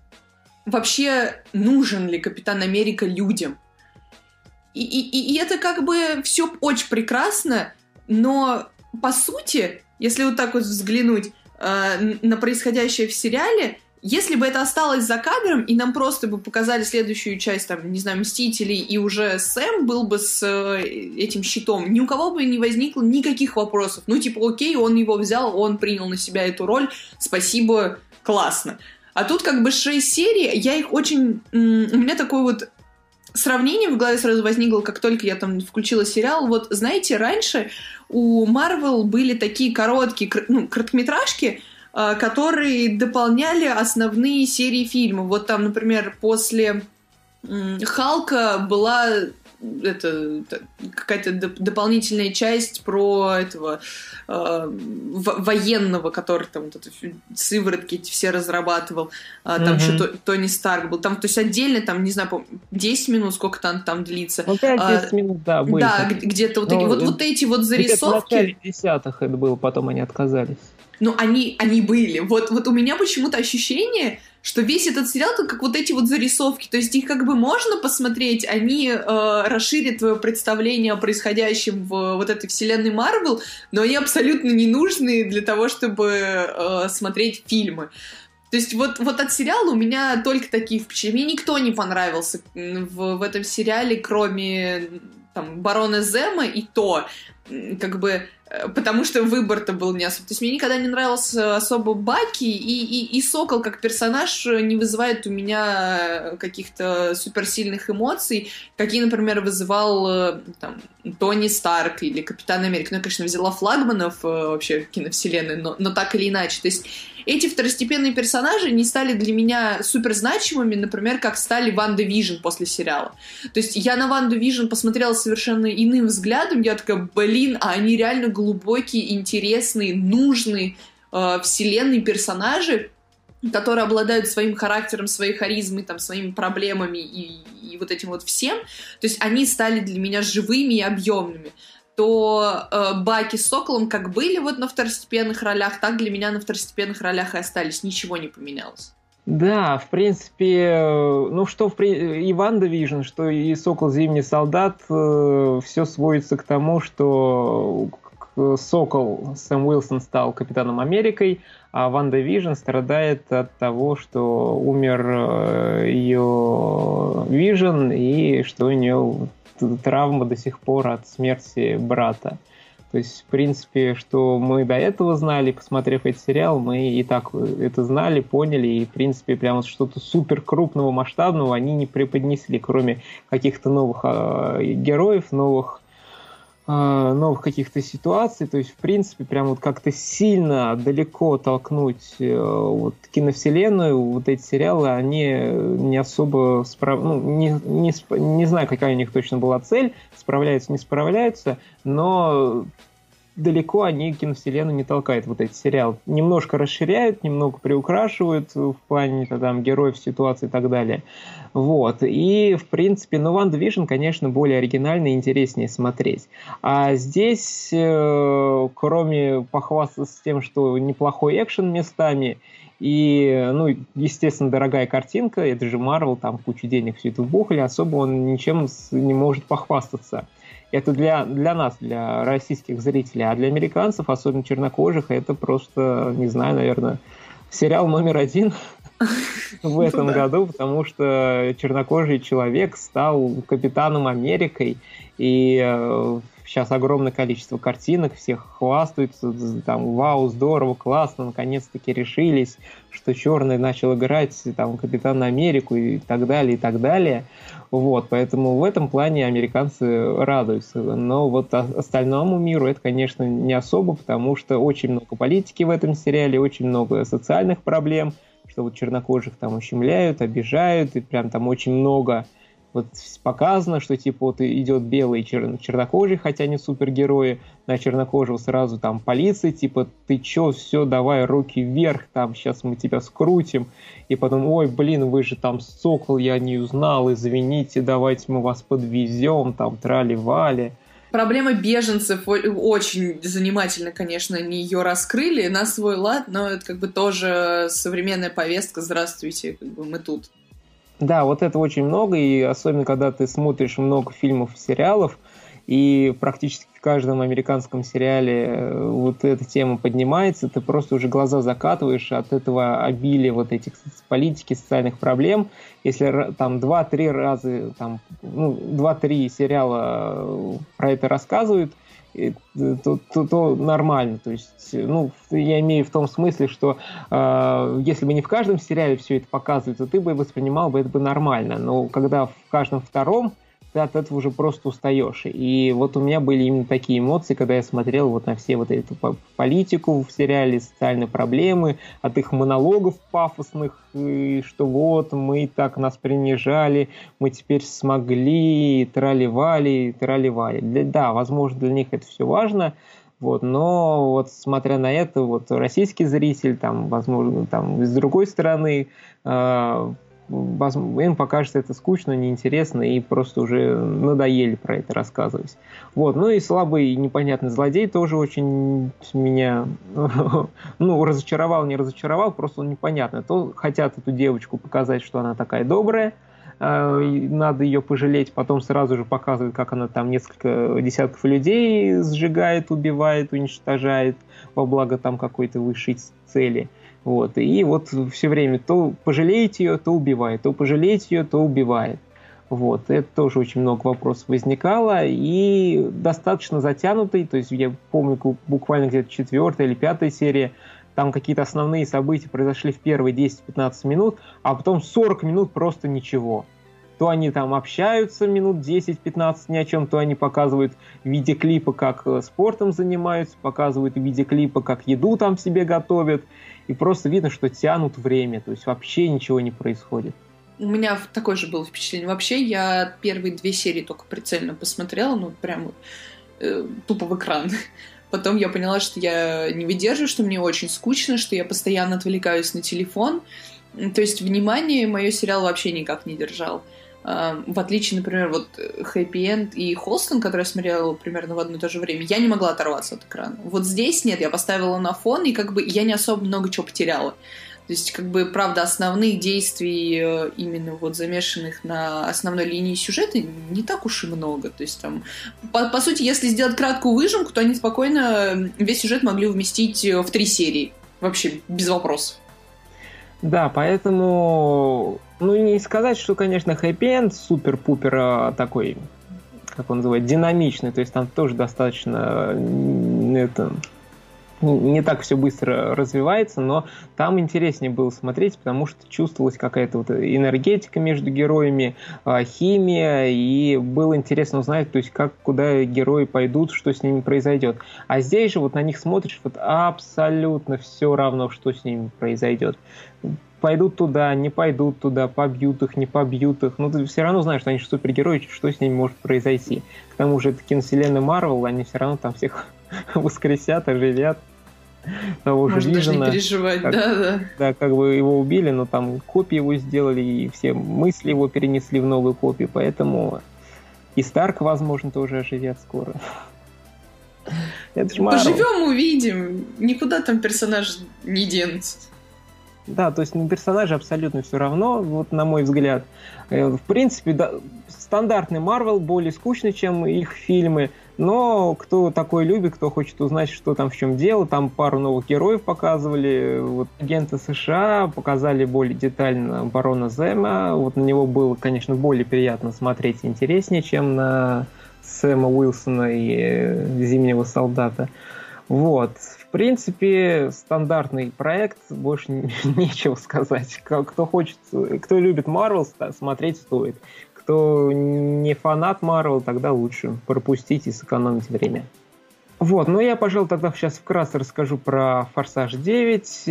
вообще нужен ли Капитан Америка людям. И, и, и это как бы все очень прекрасно, но по сути, если вот так вот взглянуть э, на происходящее в сериале, если бы это осталось за кадром, и нам просто бы показали следующую часть, там, не знаю, «Мстителей», и уже Сэм был бы с э, этим щитом, ни у кого бы не возникло никаких вопросов. Ну, типа, окей, он его взял, он принял на себя эту роль, спасибо, классно. А тут как бы шесть серий, я их очень... М- у меня такое вот сравнение в голове сразу возникло, как только я там включила сериал. Вот, знаете, раньше у Marvel были такие короткие, ну, короткометражки, которые дополняли основные серии фильмов. Вот там, например, после Халка была это, какая-то дополнительная часть про этого э, военного, который там вот это, сыворотки эти все разрабатывал. А, там mm-hmm. еще Тони Старк был. Там, то есть отдельно, там, не знаю, десять минут, сколько там, там длится. Ну, пять-десять а, минут, да, были. Да, где-то вот, ну, вот, вот эти вот зарисовки. В начале десятых это было, потом они отказались. Ну, они, они были. Вот, вот у меня почему-то ощущение, что весь этот сериал, это как вот эти вот зарисовки. То есть их как бы можно посмотреть, они э, расширят твое представление о происходящем в вот этой вселенной Марвел, но они абсолютно не нужны для того, чтобы э, смотреть фильмы. То есть вот, вот от сериала у меня только такие впечатления. Мне никто не понравился в, в этом сериале, кроме там, Барона Зема, и то, как бы, потому что выбор-то был не особо. То есть мне никогда не нравился особо Баки, и, и, и Сокол как персонаж не вызывает у меня каких-то суперсильных эмоций, какие, например, вызывал там, Тони Старк или Капитан Америка. Ну, я, конечно, взяла флагманов вообще киновселенной, но, но так или иначе. То есть эти второстепенные персонажи не стали для меня суперзначимыми, например, как стали Ванда Вижн после сериала. То есть я на Ванду Вижн посмотрела совершенно иным взглядом, я такая, блин, а они реально глубокие, интересные, нужные э, вселенные персонажи, которые обладают своим характером, своей харизмой, там, своими проблемами и, и вот этим вот всем. То есть они стали для меня живыми и объемными. То э, Баки с Соколом как были вот на второстепенных ролях, так для меня на второстепенных ролях и остались. Ничего не поменялось. Да, в принципе, ну что в, и Ванда Вижн, что и Сокол Зимний солдат, э, все сводится к тому, что Сокол Сэм Уилсон стал Капитаном Америкой, а Ванда Вижн страдает от того, что умер ее Вижн и что у нее травма до сих пор от смерти брата. То есть, в принципе, что мы до этого знали, посмотрев этот сериал, мы и так это знали, поняли, и, в принципе, прям вот что-то супер крупного, масштабного они не преподнесли, кроме каких-то новых э, героев, новых новых каких-то ситуаций, то есть, в принципе, прям вот как-то сильно далеко толкнуть э, вот киновселенную, вот эти сериалы, они не особо справ... ну, не, не, не знаю, какая у них точно была цель, справляются, не справляются, но далеко они киновселенную не толкают, вот эти сериалы. Немножко расширяют, немного приукрашивают в плане там, героев, ситуаций и так далее. Вот. И, в принципе, ну, Ванда Вижн, конечно, более оригинально и интереснее смотреть. А здесь, э, кроме похвастаться тем, что неплохой экшен местами, и, ну, естественно, дорогая картинка, это же Марвел, там кучу денег все это вбухали, особо он ничем не может похвастаться. Это для, для нас, для российских зрителей, а для американцев, особенно чернокожих, это просто, не знаю, наверное, сериал номер один в этом году, потому что чернокожий человек стал Капитаном Америкой, и сейчас огромное количество картинок, всех хвастаются, там, вау, здорово, классно, наконец-таки решились, что черный начал играть там Капитана Америку и так далее, и так далее. Вот, поэтому в этом плане американцы радуются. Но вот остальному миру это, конечно, не особо, потому что очень много политики в этом сериале, очень много социальных проблем, что вот чернокожих там ущемляют, обижают, и прям там очень много вот показано, что типа вот идет белый чер- чернокожий, хотя не супергерои, на чернокожего сразу там полиция, типа ты чё, все, давай руки вверх, там сейчас мы тебя скрутим, и потом, ой, блин, вы же там Сокол, я не узнал, извините, давайте мы вас подвезем, там трали-вали. Проблема беженцев очень занимательно, конечно, они ее раскрыли на свой лад, но это как бы тоже современная повестка, здравствуйте, как бы мы тут. Да, вот это очень много, и особенно когда ты смотришь много фильмов и сериалов, и практически в каждом американском сериале вот эта тема поднимается, ты просто уже глаза закатываешь от этого обилия вот этих политики, социальных проблем. Если там два-три раза, там, ну, два-три сериала про это рассказывают, То, то, то нормально. То есть, ну, я имею в том смысле, что э, если бы не в каждом сериале все это показывают, то ты бы воспринимал бы это бы нормально. Но когда в каждом втором ты от этого уже просто устаешь. И вот у меня были именно такие эмоции, когда я смотрел вот на все вот эту политику в сериале, социальные проблемы, от их монологов пафосных, что вот мы так нас принижали, мы теперь смогли, трали-вали, трали-вали. Да, возможно, для них это все важно, вот, но вот смотря на это, вот российский зритель, там, возможно, там, с другой стороны, э, им покажется это скучно, неинтересно и просто уже надоели про это рассказывать. Вот. Ну и слабый и непонятный злодей тоже очень меня ну, разочаровал, не разочаровал, просто он непонятный. То хотят эту девочку показать, что она такая добрая, надо ее пожалеть, потом сразу же показывают, как она там несколько десятков людей сжигает, убивает, уничтожает во благо там какой-то высшей цели. Вот. И вот все время то пожалеет ее, то убивает, то пожалеет ее, то убивает. Вот. Это тоже очень много вопросов возникало, и достаточно затянутый, то есть я помню буквально где-то четвертая или пятая серия, там какие-то основные события произошли в первые десять-пятнадцать минут, а потом сорок минут просто ничего. То они там общаются минут десять-пятнадцать ни о чем, то они показывают в виде клипа, как спортом занимаются, показывают в виде клипа, как еду там себе готовят, и просто видно, что тянут время, то есть вообще ничего не происходит. У меня такое же было впечатление. Вообще, я первые две серии только прицельно посмотрела, ну, прям э, тупо в экран. Потом я поняла, что я не выдерживаю, что мне очень скучно, что я постоянно отвлекаюсь на телефон. То есть внимание мое сериал вообще никак не держал. В отличие, например, вот Happy End и Холстон, который я смотрела примерно в одно и то же время, я не могла оторваться от экрана. Вот здесь нет, я поставила на фон, и как бы я не особо много чего потеряла. То есть, как бы, правда, основных действий, именно вот замешанных на основной линии сюжета, не так уж и много. То есть, там, по, по сути, если сделать краткую выжимку, то они спокойно весь сюжет могли уместить в три серии. Вообще, без вопросов. Да, поэтому, ну, не сказать, что, конечно, Happy End супер-пупер такой, как он называет, динамичный, то есть там тоже достаточно это, не так все быстро развивается, но там интереснее было смотреть, потому что чувствовалась какая-то вот энергетика между героями, химия, и было интересно узнать, то есть как, куда герои пойдут, что с ними произойдет. А здесь же вот на них смотришь, вот абсолютно все равно, что с ними произойдет. Пойдут туда, не пойдут туда, побьют их, не побьют их. Но ты все равно знаешь, что они же супергерои, что с ними может произойти. К тому же это киновселенная Марвел, они все равно там всех воскресят, оживят. Того же Можно даже Вижена, не переживать, как, да, да. Да, как бы его убили, но там копии его сделали, и все мысли его перенесли в новые копии, поэтому и Старк, возможно, тоже оживет скоро. Это ж Марвел. Поживем, увидим. Никуда там персонаж не денется. Да, то есть на персонажа абсолютно все равно, вот на мой взгляд. В принципе, да, стандартный Марвел более скучный, чем их фильмы, но кто такой любит, кто хочет узнать, что там в чем дело, там пару новых героев показывали, вот агента США, показали более детально барона Зема, вот на него было, конечно, более приятно смотреть и интереснее, чем на Сэма Уилсона и Зимнего солдата. Вот. В принципе, стандартный проект, больше нечего сказать. Кто хочет, кто любит Марвел, смотреть стоит. Кто не фанат Марвел, тогда лучше пропустить и сэкономить время. Вот, ну я, пожалуй, тогда сейчас вкратце расскажу про «Форсаж девять».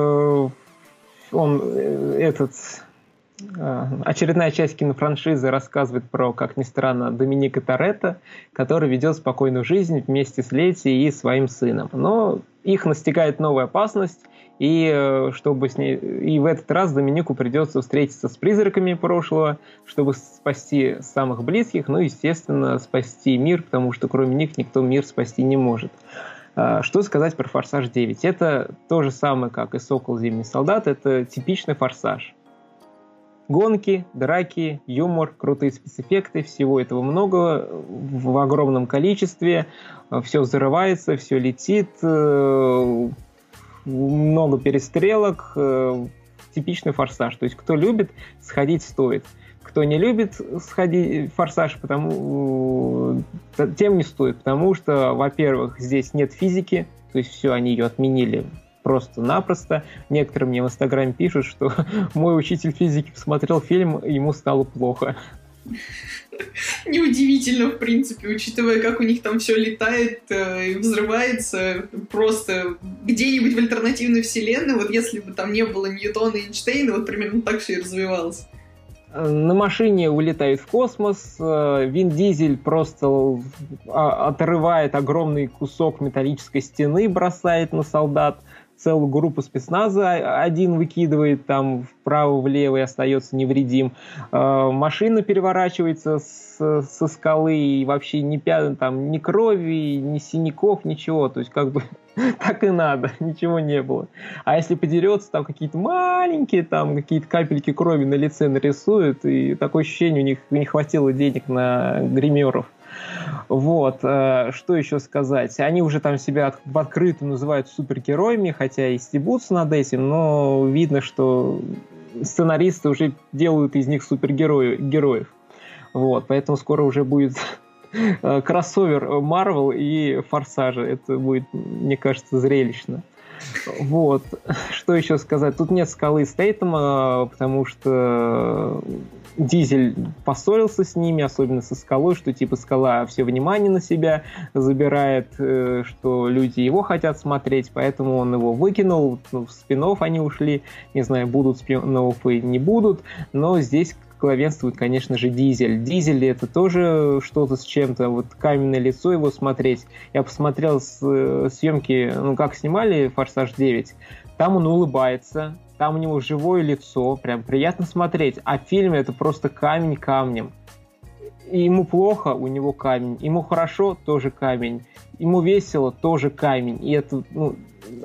Он, этот... Очередная часть кинофраншизы рассказывает про, как ни странно, Доминика Торетто, который ведет спокойную жизнь вместе с Летти и своим сыном. Но их настигает новая опасность, и, чтобы с ней... и в этот раз Доминику придется встретиться с призраками прошлого, чтобы спасти самых близких, ну и, естественно, спасти мир, потому что кроме них никто мир спасти не может. Что сказать про «Форсаж девять»? Это то же самое, как и «Сокол. Зимний солдат», это типичный «Форсаж». Гонки, драки, юмор, крутые спецэффекты, всего этого много в огромном количестве, все взрывается, все летит, много перестрелок, типичный «Форсаж». То есть кто любит, сходить стоит. Кто не любит сходить «Форсаж», потому, тем не стоит, потому что, во-первых, здесь нет физики, то есть все, они ее отменили просто-напросто. Некоторые мне в Инстаграме пишут, что мой учитель физики посмотрел фильм, ему стало плохо. Неудивительно, в принципе, учитывая, как у них там все летает э, и взрывается. Просто где-нибудь в альтернативной вселенной, вот если бы там не было Ньютона и Эйнштейна, вот примерно так все и развивалось. На машине улетает в космос, Вин Дизель просто отрывает огромный кусок металлической стены, бросает на солдат, целую группу спецназа один выкидывает там вправо-влево и остается невредим. Машина переворачивается с, со скалы, и вообще ни, там, ни крови, ни синяков, ничего. То есть как бы так и надо, ничего не было. А если подерется, там какие-то маленькие, там какие-то капельки крови на лице нарисуют, и такое ощущение, у них не хватило денег на гримеров. Вот, что еще сказать? Они уже там себя в открытую называют супергероями, хотя и стебутся над этим, но видно, что сценаристы уже делают из них супергероев. Вот, поэтому скоро уже будет кроссовер Marvel и Форсажа. Это будет, мне кажется, зрелищно. Вот. Что еще сказать? Тут нет скалы Стейтема, потому что Дизель поссорился с ними, особенно со скалой, что типа скала все внимание на себя забирает, что люди его хотят смотреть, поэтому он его выкинул. Ну, в спин-офф они ушли. Не знаю, будут спин-оффы, не будут. Но здесь главенствует, конечно же, Дизель. Дизель — это тоже что-то с чем-то. Вот каменное лицо его смотреть. Я посмотрел с, съемки, ну, как снимали «Форсаж девять». Там он улыбается, там у него живое лицо, прям приятно смотреть. А в фильме это просто камень камнем. И ему плохо, у него камень. Ему хорошо, тоже камень. Ему весело, тоже камень. И это, ну,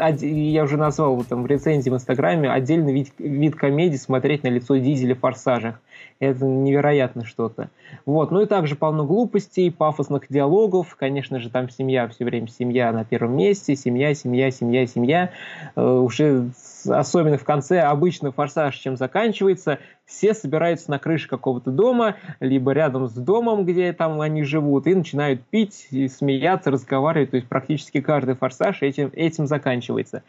я уже назвал вот там в рецензии в Инстаграме, отдельный вид, вид комедии смотреть на лицо Дизеля в «Форсажах». Это невероятно что-то. Вот. Ну и также полно глупостей, пафосных диалогов. Конечно же, там семья, все время семья на первом месте. Семья, семья, семья, семья. Э, уже особенно в конце обычно «Форсаж» чем заканчивается. Все собираются на крыше какого-то дома, либо рядом с домом, где там они живут, и начинают пить, и смеяться, разговаривать. То есть практически каждый «Форсаж» этим, этим заканчивается.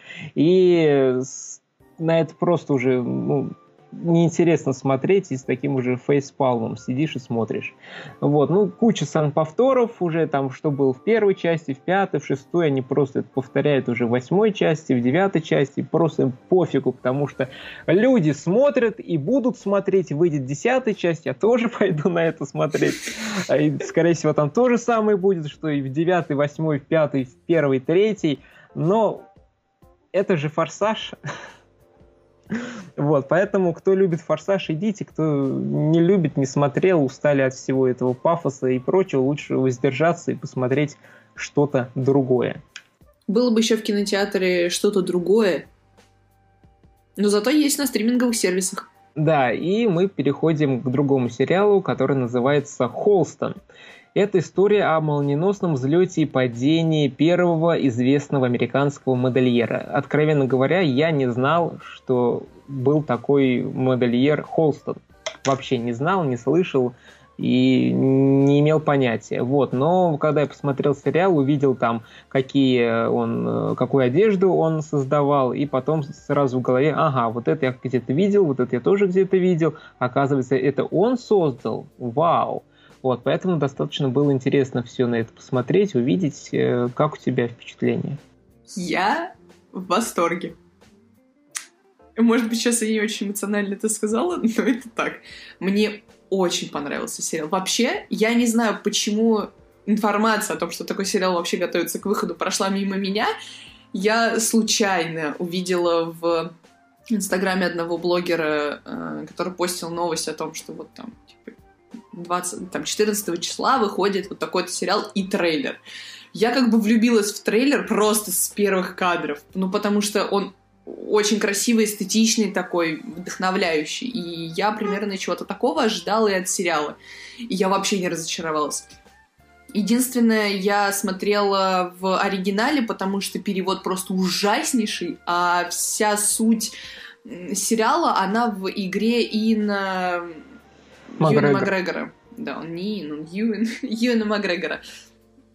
И на это просто уже... Ну, неинтересно смотреть, и с таким уже фейспалмом сидишь и смотришь. Вот, ну, куча санповторов уже там, что было в первой части, в пятой, в шестой, они просто это повторяют уже в восьмой части, в девятой части, просто пофигу, потому что люди смотрят и будут смотреть, выйдет десятая часть, я тоже пойду на это смотреть. И, скорее всего, там то же самое будет, что и в девятой, восьмой, в пятой, в первой, третьей, но это же «Форсаж». Вот, поэтому, кто любит «Форсаж», идите, кто не любит, не смотрел, устали от всего этого пафоса и прочего, лучше воздержаться и посмотреть что-то другое. Было бы еще в кинотеатре что-то другое, но зато есть на стриминговых сервисах. Да, и мы переходим к другому сериалу, который называется «Холстон». Это история о молниеносном взлете и падении первого известного американского модельера. Откровенно говоря, я не знал, что был такой модельер Холстон. Вообще не знал, не слышал и не имел понятия. Вот. Но когда я посмотрел сериал, увидел там, какие он, какую одежду он создавал, и потом сразу в голове, ага, вот это я где-то видел, вот это я тоже где-то видел. Оказывается, это он создал? Вау! Вот, поэтому достаточно было интересно все на это посмотреть, увидеть, как у тебя впечатление. Я в восторге. Может быть, сейчас я не очень эмоционально это сказала, но это так. Мне очень понравился сериал. Вообще, я не знаю, почему информация о том, что такой сериал вообще готовится к выходу, прошла мимо меня. Я случайно увидела в Инстаграме одного блогера, который постил новость о том, что вот там, типа, двадцатого, там, четырнадцатого числа выходит вот такой-то сериал и трейлер. Я как бы влюбилась в трейлер просто с первых кадров, ну, потому что он очень красивый, эстетичный такой, вдохновляющий, и я примерно чего-то такого ожидала и от сериала, и я вообще не разочаровалась. Единственное, я смотрела в оригинале, потому что перевод просто ужаснейший, а вся суть сериала, она в игре Иэна Макгрегора. Да, он не Иэн, он Юэн, Юэна Макгрегора.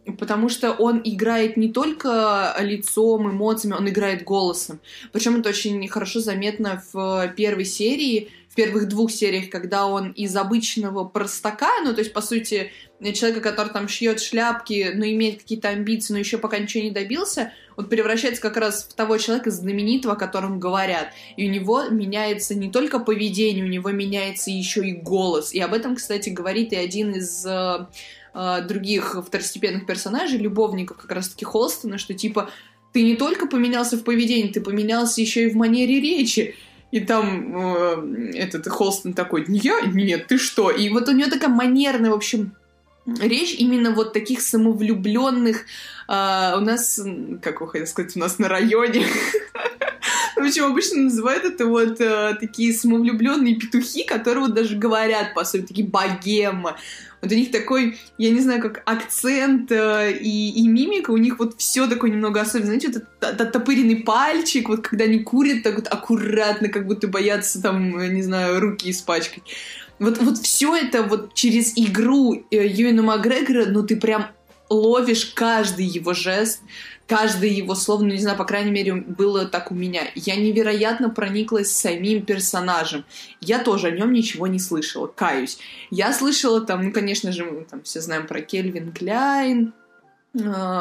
потому что он играет не только лицом, эмоциями, он играет голосом. Причем это очень хорошо заметно в первой серии, в первых двух сериях, когда он из обычного простака, ну, то есть, по сути, человека, который там шьет шляпки, но имеет какие-то амбиции, но еще пока ничего не добился, он превращается как раз в того человека знаменитого, о котором говорят. И у него меняется не только поведение, у него меняется еще и голос. И об этом, кстати, говорит и один из э, э, других второстепенных персонажей, любовников как раз-таки Холстона, что типа ты не только поменялся в поведении, ты поменялся еще и в манере речи. И там э, этот Холстон такой: я? Нет, ты что? И вот у него такая манерная, в общем, речь именно вот таких самовлюбленных. Э, у нас, как вы хотели сказать, у нас на районе. В общем, обычно называют это вот э, такие самовлюбленные петухи, которые вот даже говорят, по сути, такие богемы. Вот у них такой, я не знаю, как акцент э, и, и мимика, у них вот все такое немного особенное. Знаете, вот этот оттопыренный пальчик, вот когда они курят, так вот аккуратно, как будто боятся там, не знаю, руки испачкать. Вот, вот все это вот через игру э, Юэна Макгрегора, ну ты прям ловишь каждый его жест, каждое его слово, ну, не знаю, по крайней мере, было так у меня. Я невероятно прониклась самим персонажем. Я тоже о нем ничего не слышала, каюсь. Я слышала там, ну, конечно же, мы там все знаем про Кельвин Кляйн, э,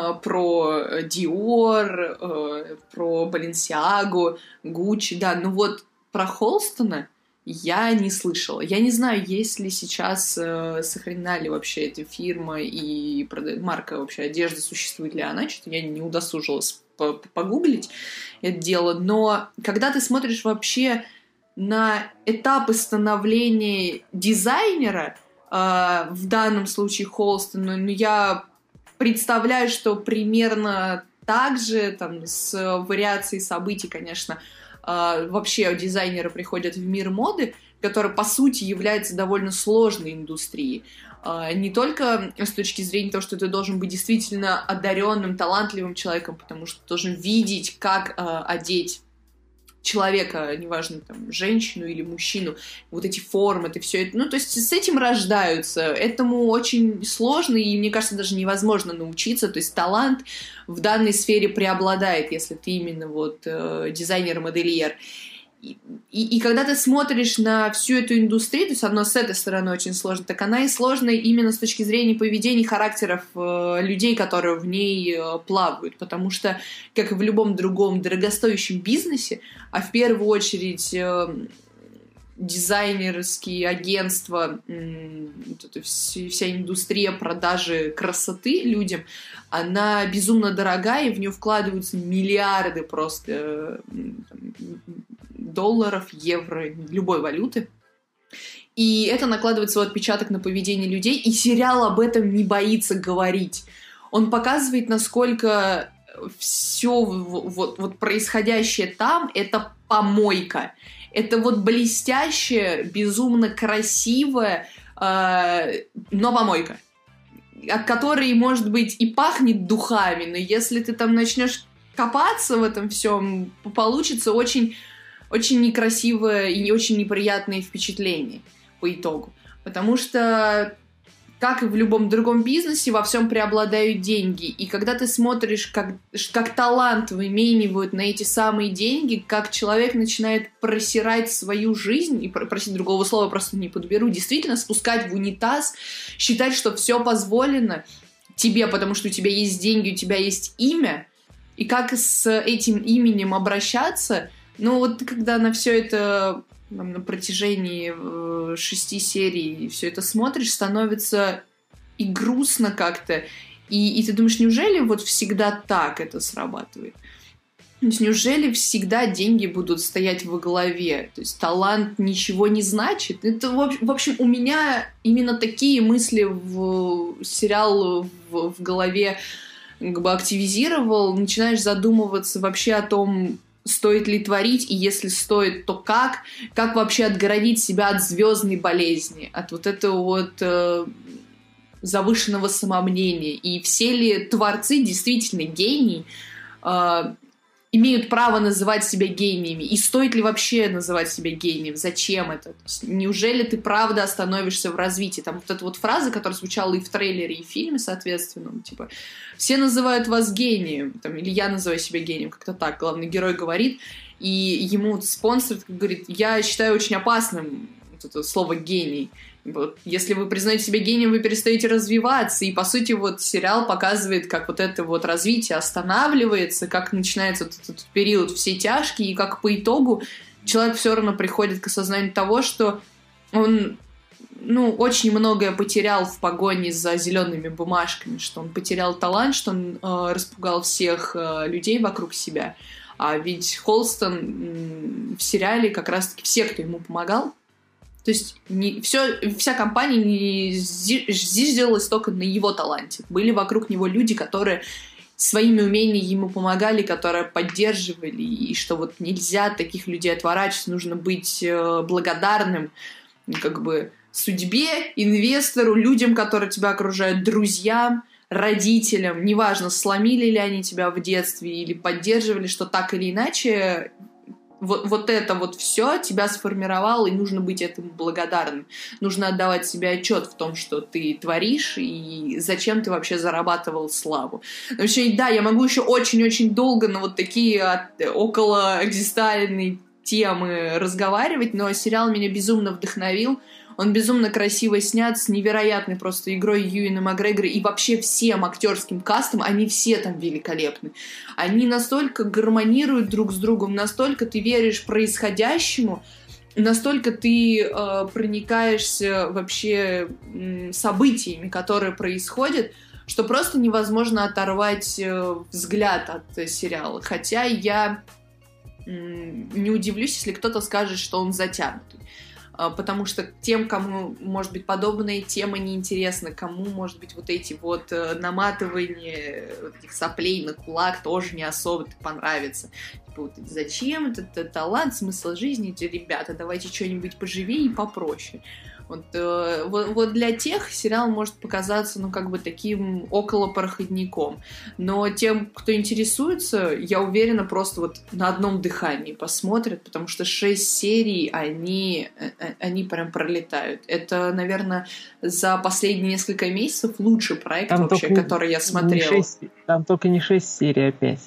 про Диор, э, про Баленсиагу, Гуччи, да, ну вот про Холстона я не слышала. Я не знаю, есть ли сейчас, э, сохранена ли вообще эта фирма и марка вообще одежды, существует ли она, что-то я не удосужилась погуглить это дело, но когда ты смотришь вообще на этапы становления дизайнера, э, в данном случае Холстона, ну, я представляю, что примерно так же, там, с вариацией событий, конечно, Uh, вообще дизайнеры приходят в мир моды, который, по сути, является довольно сложной индустрией. Uh, не только с точки зрения того, что ты должен быть действительно одаренным, талантливым человеком, потому что ты должен видеть, как uh, одеть человека, неважно, там, женщину или мужчину, вот эти формы, это все это, ну, то есть с этим рождаются, этому очень сложно и, мне кажется, даже невозможно научиться, то есть талант в данной сфере преобладает, если ты именно вот э, дизайнер-модельер. И, и, и когда ты смотришь на всю эту индустрию, то есть одно с этой стороны очень сложно, так она и сложная именно с точки зрения поведения, характеров э, людей, которые в ней э, плавают, потому что, как и в любом другом дорогостоящем бизнесе, а в первую очередь э, дизайнерские агентства, э, вот вся, вся индустрия продажи красоты людям, она безумно дорогая, и в нее вкладываются миллиарды просто э, долларов, евро, любой валюты. И это накладывает свой отпечаток на поведение людей, и сериал об этом не боится говорить. Он показывает, насколько все вот, вот происходящее там — это помойка. Это вот блестящее, безумно красивое, э, но помойка, от которой, может быть, и пахнет духами, но если ты там начнешь копаться в этом всем, получится очень... очень некрасивое и не очень неприятные впечатления по итогу. Потому что, как и в любом другом бизнесе, во всем преобладают деньги. И когда ты смотришь, как, как талант выменивают на эти самые деньги, как человек начинает просирать свою жизнь, и, простите, другого слова просто не подберу, действительно спускать в унитаз, считать, что все позволено тебе, потому что у тебя есть деньги, у тебя есть имя, и как с этим именем обращаться. Ну вот когда на все это там, на протяжении э, шести серий все это смотришь, становится и грустно как-то, и, и ты думаешь, неужели вот всегда так это срабатывает? То есть неужели всегда деньги будут стоять во главе? То есть талант ничего не значит? Это, в общем, у меня именно такие мысли в сериал в, в голове как бы активизировал. Начинаешь задумываться вообще о том, стоит ли творить, и если стоит, то как? Как вообще отгородить себя от звездной болезни, от вот этого вот э, завышенного самомнения? И все ли творцы действительно гении? Э, имеют право называть себя гениями. И стоит ли вообще называть себя гением? Зачем это? То есть, неужели ты правда остановишься в развитии? Там вот эта вот фраза, которая звучала и в трейлере, и в фильме, соответственно, типа, все называют вас гением, там, или я называю себя гением, как-то так главный герой говорит, и ему спонсор говорит, я считаю очень опасным вот это слово «гений». Вот, если вы признаете себя гением, вы перестаете развиваться. И, по сути, вот сериал показывает, как вот это вот развитие останавливается, как начинается вот этот период все тяжкие, и как по итогу человек все равно приходит к осознанию того, что он, ну, очень многое потерял в погоне за зелеными бумажками, что он потерял талант, что он э, распугал всех э, людей вокруг себя. А ведь Холстон м- в сериале как раз-таки все, кто ему помогал, то есть не, все, вся компания не, здесь делалась только на его таланте. Были вокруг него люди, которые своими умениями ему помогали, которые поддерживали, и что вот нельзя от таких людей отворачиваться, нужно быть благодарным как бы судьбе, инвестору, людям, которые тебя окружают, друзьям, родителям. Неважно, сломили ли они тебя в детстве или поддерживали, что так или иначе... Вот, вот это вот все тебя сформировало, и нужно быть этому благодарным. Нужно отдавать себе отчет в том, что ты творишь, и зачем ты вообще зарабатывал славу. Вообще, да, я могу еще очень-очень долго на вот такие околоэкзистенциальные темы разговаривать, но сериал меня безумно вдохновил. Он безумно красиво снят, с невероятной просто игрой Юэна Макгрегора и вообще всем актерским кастом, они все там великолепны. Они настолько гармонируют друг с другом, настолько ты веришь происходящему, настолько ты э, проникаешься вообще э, событиями, которые происходят, что просто невозможно оторвать э, взгляд от э, сериала. Хотя я э, не удивлюсь, если кто-то скажет, что он затянутый. Потому что тем, кому, может быть, подобные темы неинтересны, кому, может быть, вот эти вот наматывания вот этих соплей на кулак тоже не особо понравится. Типа, вот, зачем этот, этот талант, смысл жизни, эти ребята, давайте что-нибудь поживее и попроще. Вот, э, вот, вот для тех сериал может показаться, ну, как бы таким околопроходником. Но тем, кто интересуется, я уверена, просто вот на одном дыхании посмотрят, потому что шесть серий, они, они прям пролетают. Это, наверное, за последние несколько месяцев лучший проект там вообще, не, который я смотрела. шесть, там только не шесть серий, а пять.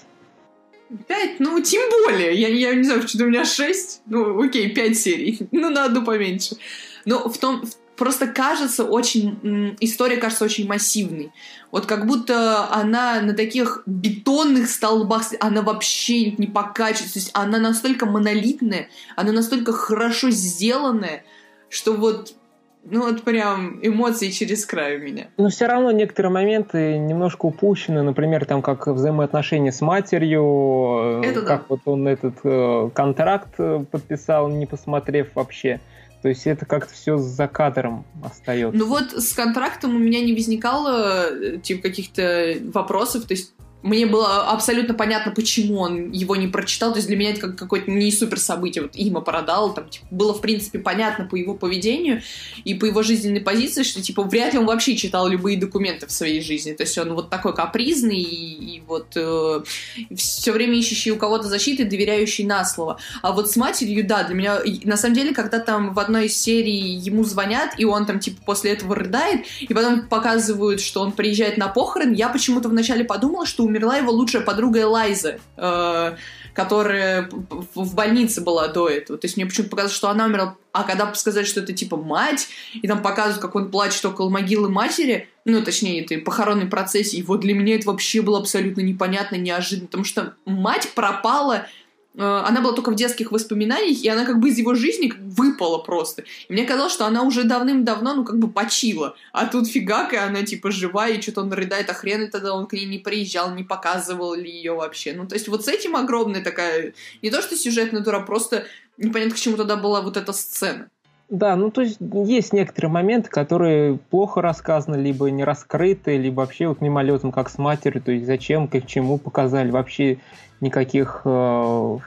Пять? Ну, тем более. Я, я не знаю, почему у меня шесть. Ну, окей, пять серий. Ну, на одну поменьше. Но в том... Просто кажется очень... История кажется очень массивной. Вот как будто она на таких бетонных столбах... Она вообще не покачивается. То есть она настолько монолитная, она настолько хорошо сделанная, что вот... Ну вот прям эмоции через край у меня. Но все равно некоторые моменты немножко упущены. Например, там как взаимоотношения с матерью, это как да. вот он этот э, контракт подписал, не посмотрев вообще. То есть это как-то все за кадром остается. Ну вот с контрактом у меня не возникало типа каких-то вопросов. То есть мне было абсолютно понятно, почему он его не прочитал. То есть для меня это как какое-то не супер событие. Вот Има продал, там, типа, было, в принципе, понятно по его поведению и по его жизненной позиции, что, типа, вряд ли он вообще читал любые документы в своей жизни. То есть он вот такой капризный и, и вот э, все время ищущий у кого-то защиты, доверяющий на слово. А вот с матерью, да, для меня... На самом деле, когда там в одной из серий ему звонят, и он там, типа, после этого рыдает, и потом показывают, что он приезжает на похорон, я почему-то вначале подумала, что у умерла его лучшая подруга Элайза, э, которая в больнице была до этого. То есть мне почему-то показалось, что она умерла. А когда сказали, что это типа мать, и там показывают, как он плачет около могилы матери, ну, точнее, этой похоронной процессии, и вот для меня это вообще было абсолютно непонятно, неожиданно, потому что мать пропала... Она была только в детских воспоминаниях, и она как бы из его жизни выпала просто. И мне казалось, что она уже давным-давно, ну, как бы почила. А тут фигак, и она, типа, жива, и что-то он рыдает, а хрен и тогда он к ней не приезжал, не показывал ли ее вообще. Ну, то есть вот с этим огромная такая... Не то, что сюжетная дура, просто непонятно, к чему тогда была вот эта сцена. Да, ну, то есть есть некоторые моменты, которые плохо рассказаны, либо не раскрыты, либо вообще вот мимолетом, как с матерью, то есть зачем, к чему показали, вообще никаких э,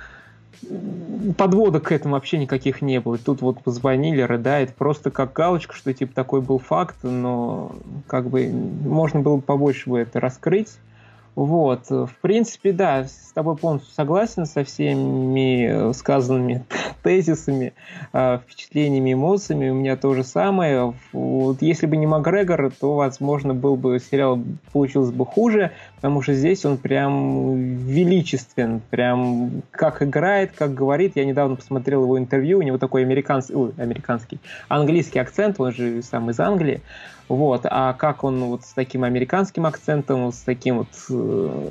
подводок к этому вообще никаких не было. Тут вот позвонили, рыдает, просто как галочка, что типа такой был факт, но как бы можно было побольше бы это раскрыть. Вот, в принципе, да, с тобой полностью согласен со всеми сказанными тезисами, впечатлениями, эмоциями. У меня то же самое. Вот, если бы не Макгрегор, то, возможно, был бы сериал получился бы хуже, потому что здесь он прям величествен, прям как играет, как говорит. Я недавно посмотрел его интервью, у него такой американский, ой, американский, английский акцент, он же сам из Англии. Вот, а как он вот с таким американским акцентом, вот с таким вот, э,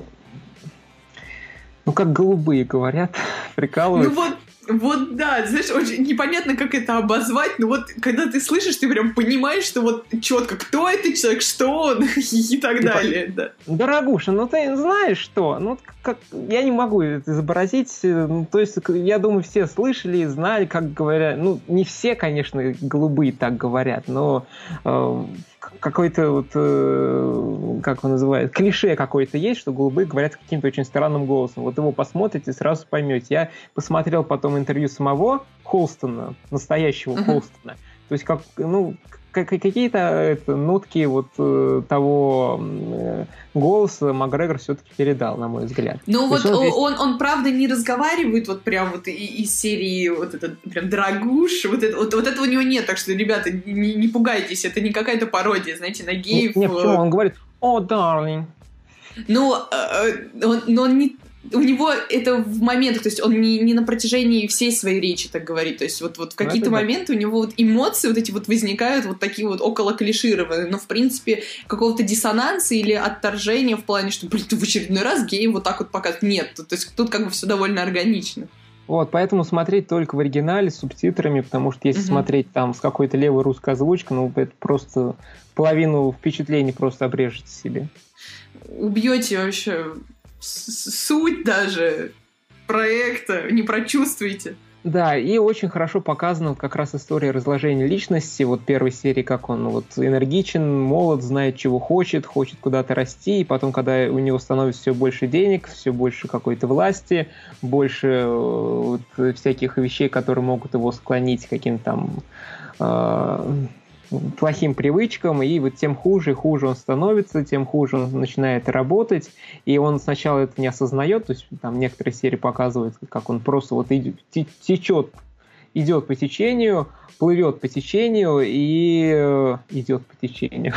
ну как голубые говорят, прикалываются. Ну вот, вот да, знаешь, очень непонятно, как это обозвать, но вот когда ты слышишь, ты прям понимаешь, что вот четко, кто это человек, что он и так Типа, далее. Да. Дорогуша, ну ты знаешь что? Ну как, я не могу это изобразить, ну, то есть я думаю, все слышали, знали, как говорят, ну не все, конечно, голубые так говорят, но э, какой-то вот, э, как он называет, клише какое-то есть, что голубые говорят каким-то очень странным голосом. Вот его посмотрите, сразу поймете. Я посмотрел потом интервью самого Холстона, настоящего uh-huh. Холстона. То есть как, ну, какие-то это, нотки вот э, того э, голоса Макгрегор все-таки передал, на мой взгляд. Ну вот он, он, здесь... он, он правда не разговаривает вот прям вот из серии вот этот прям дорогуш, вот это, вот, вот этого у него нет, так что, ребята, не, не пугайтесь, это не какая-то пародия, знаете, на геев. Нет, почему? Он говорит «О, дарлинг». Ну, э, он, но он не... У него это в моментах, то есть он не, не на протяжении всей своей речи так говорит, то есть вот, вот в какие-то ну, моменты да. у него вот эмоции вот эти вот возникают вот такие вот около клишированные, но в принципе какого-то диссонанса или отторжения в плане, что, блин, ты в очередной раз геем вот так вот показывает. Нет, то, то есть тут как бы все довольно органично. Вот, поэтому смотреть только в оригинале с субтитрами, потому что если uh-huh. смотреть там с какой-то левой русской озвучкой, ну это просто половину впечатлений просто обрежете себе. Убьете вообще суть даже проекта, не прочувствуете. Да, и очень хорошо показана как раз история разложения личности. Вот первой серии, как он вот энергичен, молод, знает, чего хочет, хочет куда-то расти, и потом, когда у него становится все больше денег, все больше какой-то власти, больше вот, всяких вещей, которые могут его склонить к каким-то там э, плохим привычкам, и вот тем хуже и хуже он становится, тем хуже он начинает работать, и он сначала это не осознает, то есть там некоторые серии показывают, как он просто вот идет, течет, идет по течению, плывет по течению и э, идет по течению.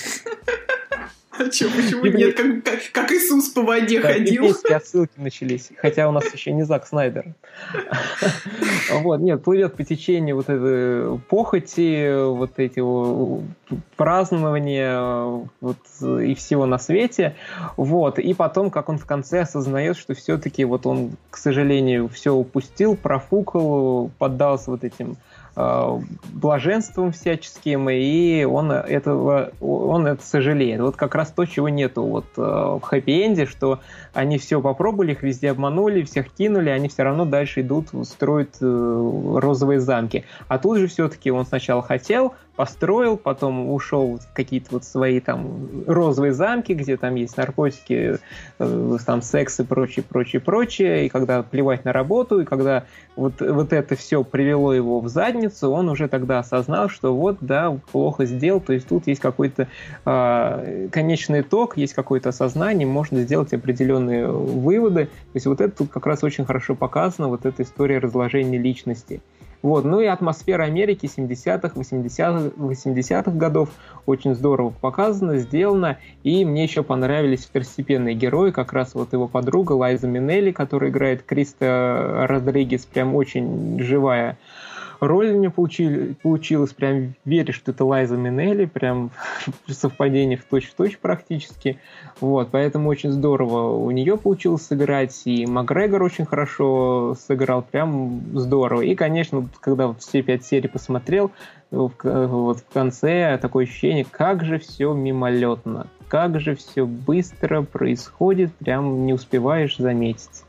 А что, почему нет? Как, как, как Иисус по воде да, ходил. Библейские отсылки начались, хотя у нас еще не Зак Снайдер. Вот, нет, плывет по течению вот этой похоти, вот эти празднования вот, и всего на свете. Вот, и потом, как он в конце осознает, что все-таки вот он, к сожалению, все упустил, профукал, поддался вот этим блаженством всяческим, и он этого, он это сожалеет. Вот как раз то, чего нету вот в хэппи-энде, что они все попробовали, их везде обманули, всех кинули, они все равно дальше идут, строят розовые замки. А тут же все-таки он сначала хотел, построил, потом ушел в какие-то вот свои там розовые замки, где там есть наркотики, там секс и прочее, прочее, прочее, и когда плевать на работу, и когда вот, вот это все привело его в задницу, он уже тогда осознал, что вот, да, плохо сделал, то есть тут есть какой-то э, конечный итог, есть какое-то осознание, можно сделать определенные выводы, то есть вот это тут как раз очень хорошо показано, вот эта история разложения личности. Вот. Ну и атмосфера Америки семидесятых, восьмидесятых, восьмидесятых годов очень здорово показана, сделана, и мне еще понравились второстепенные герои, как раз вот его подруга Лайза Минелли, которая играет Криста Родригес, прям очень живая роль у меня получили, получилась, прям веришь, что это Лайза Минелли, прям совпадение в точь-в-точь практически. Вот, поэтому очень здорово у нее получилось сыграть, и Макгрегор очень хорошо сыграл, прям здорово. И, конечно, когда все пять серий посмотрел, вот в конце такое ощущение, как же все мимолетно, как же все быстро происходит, прям не успеваешь заметить.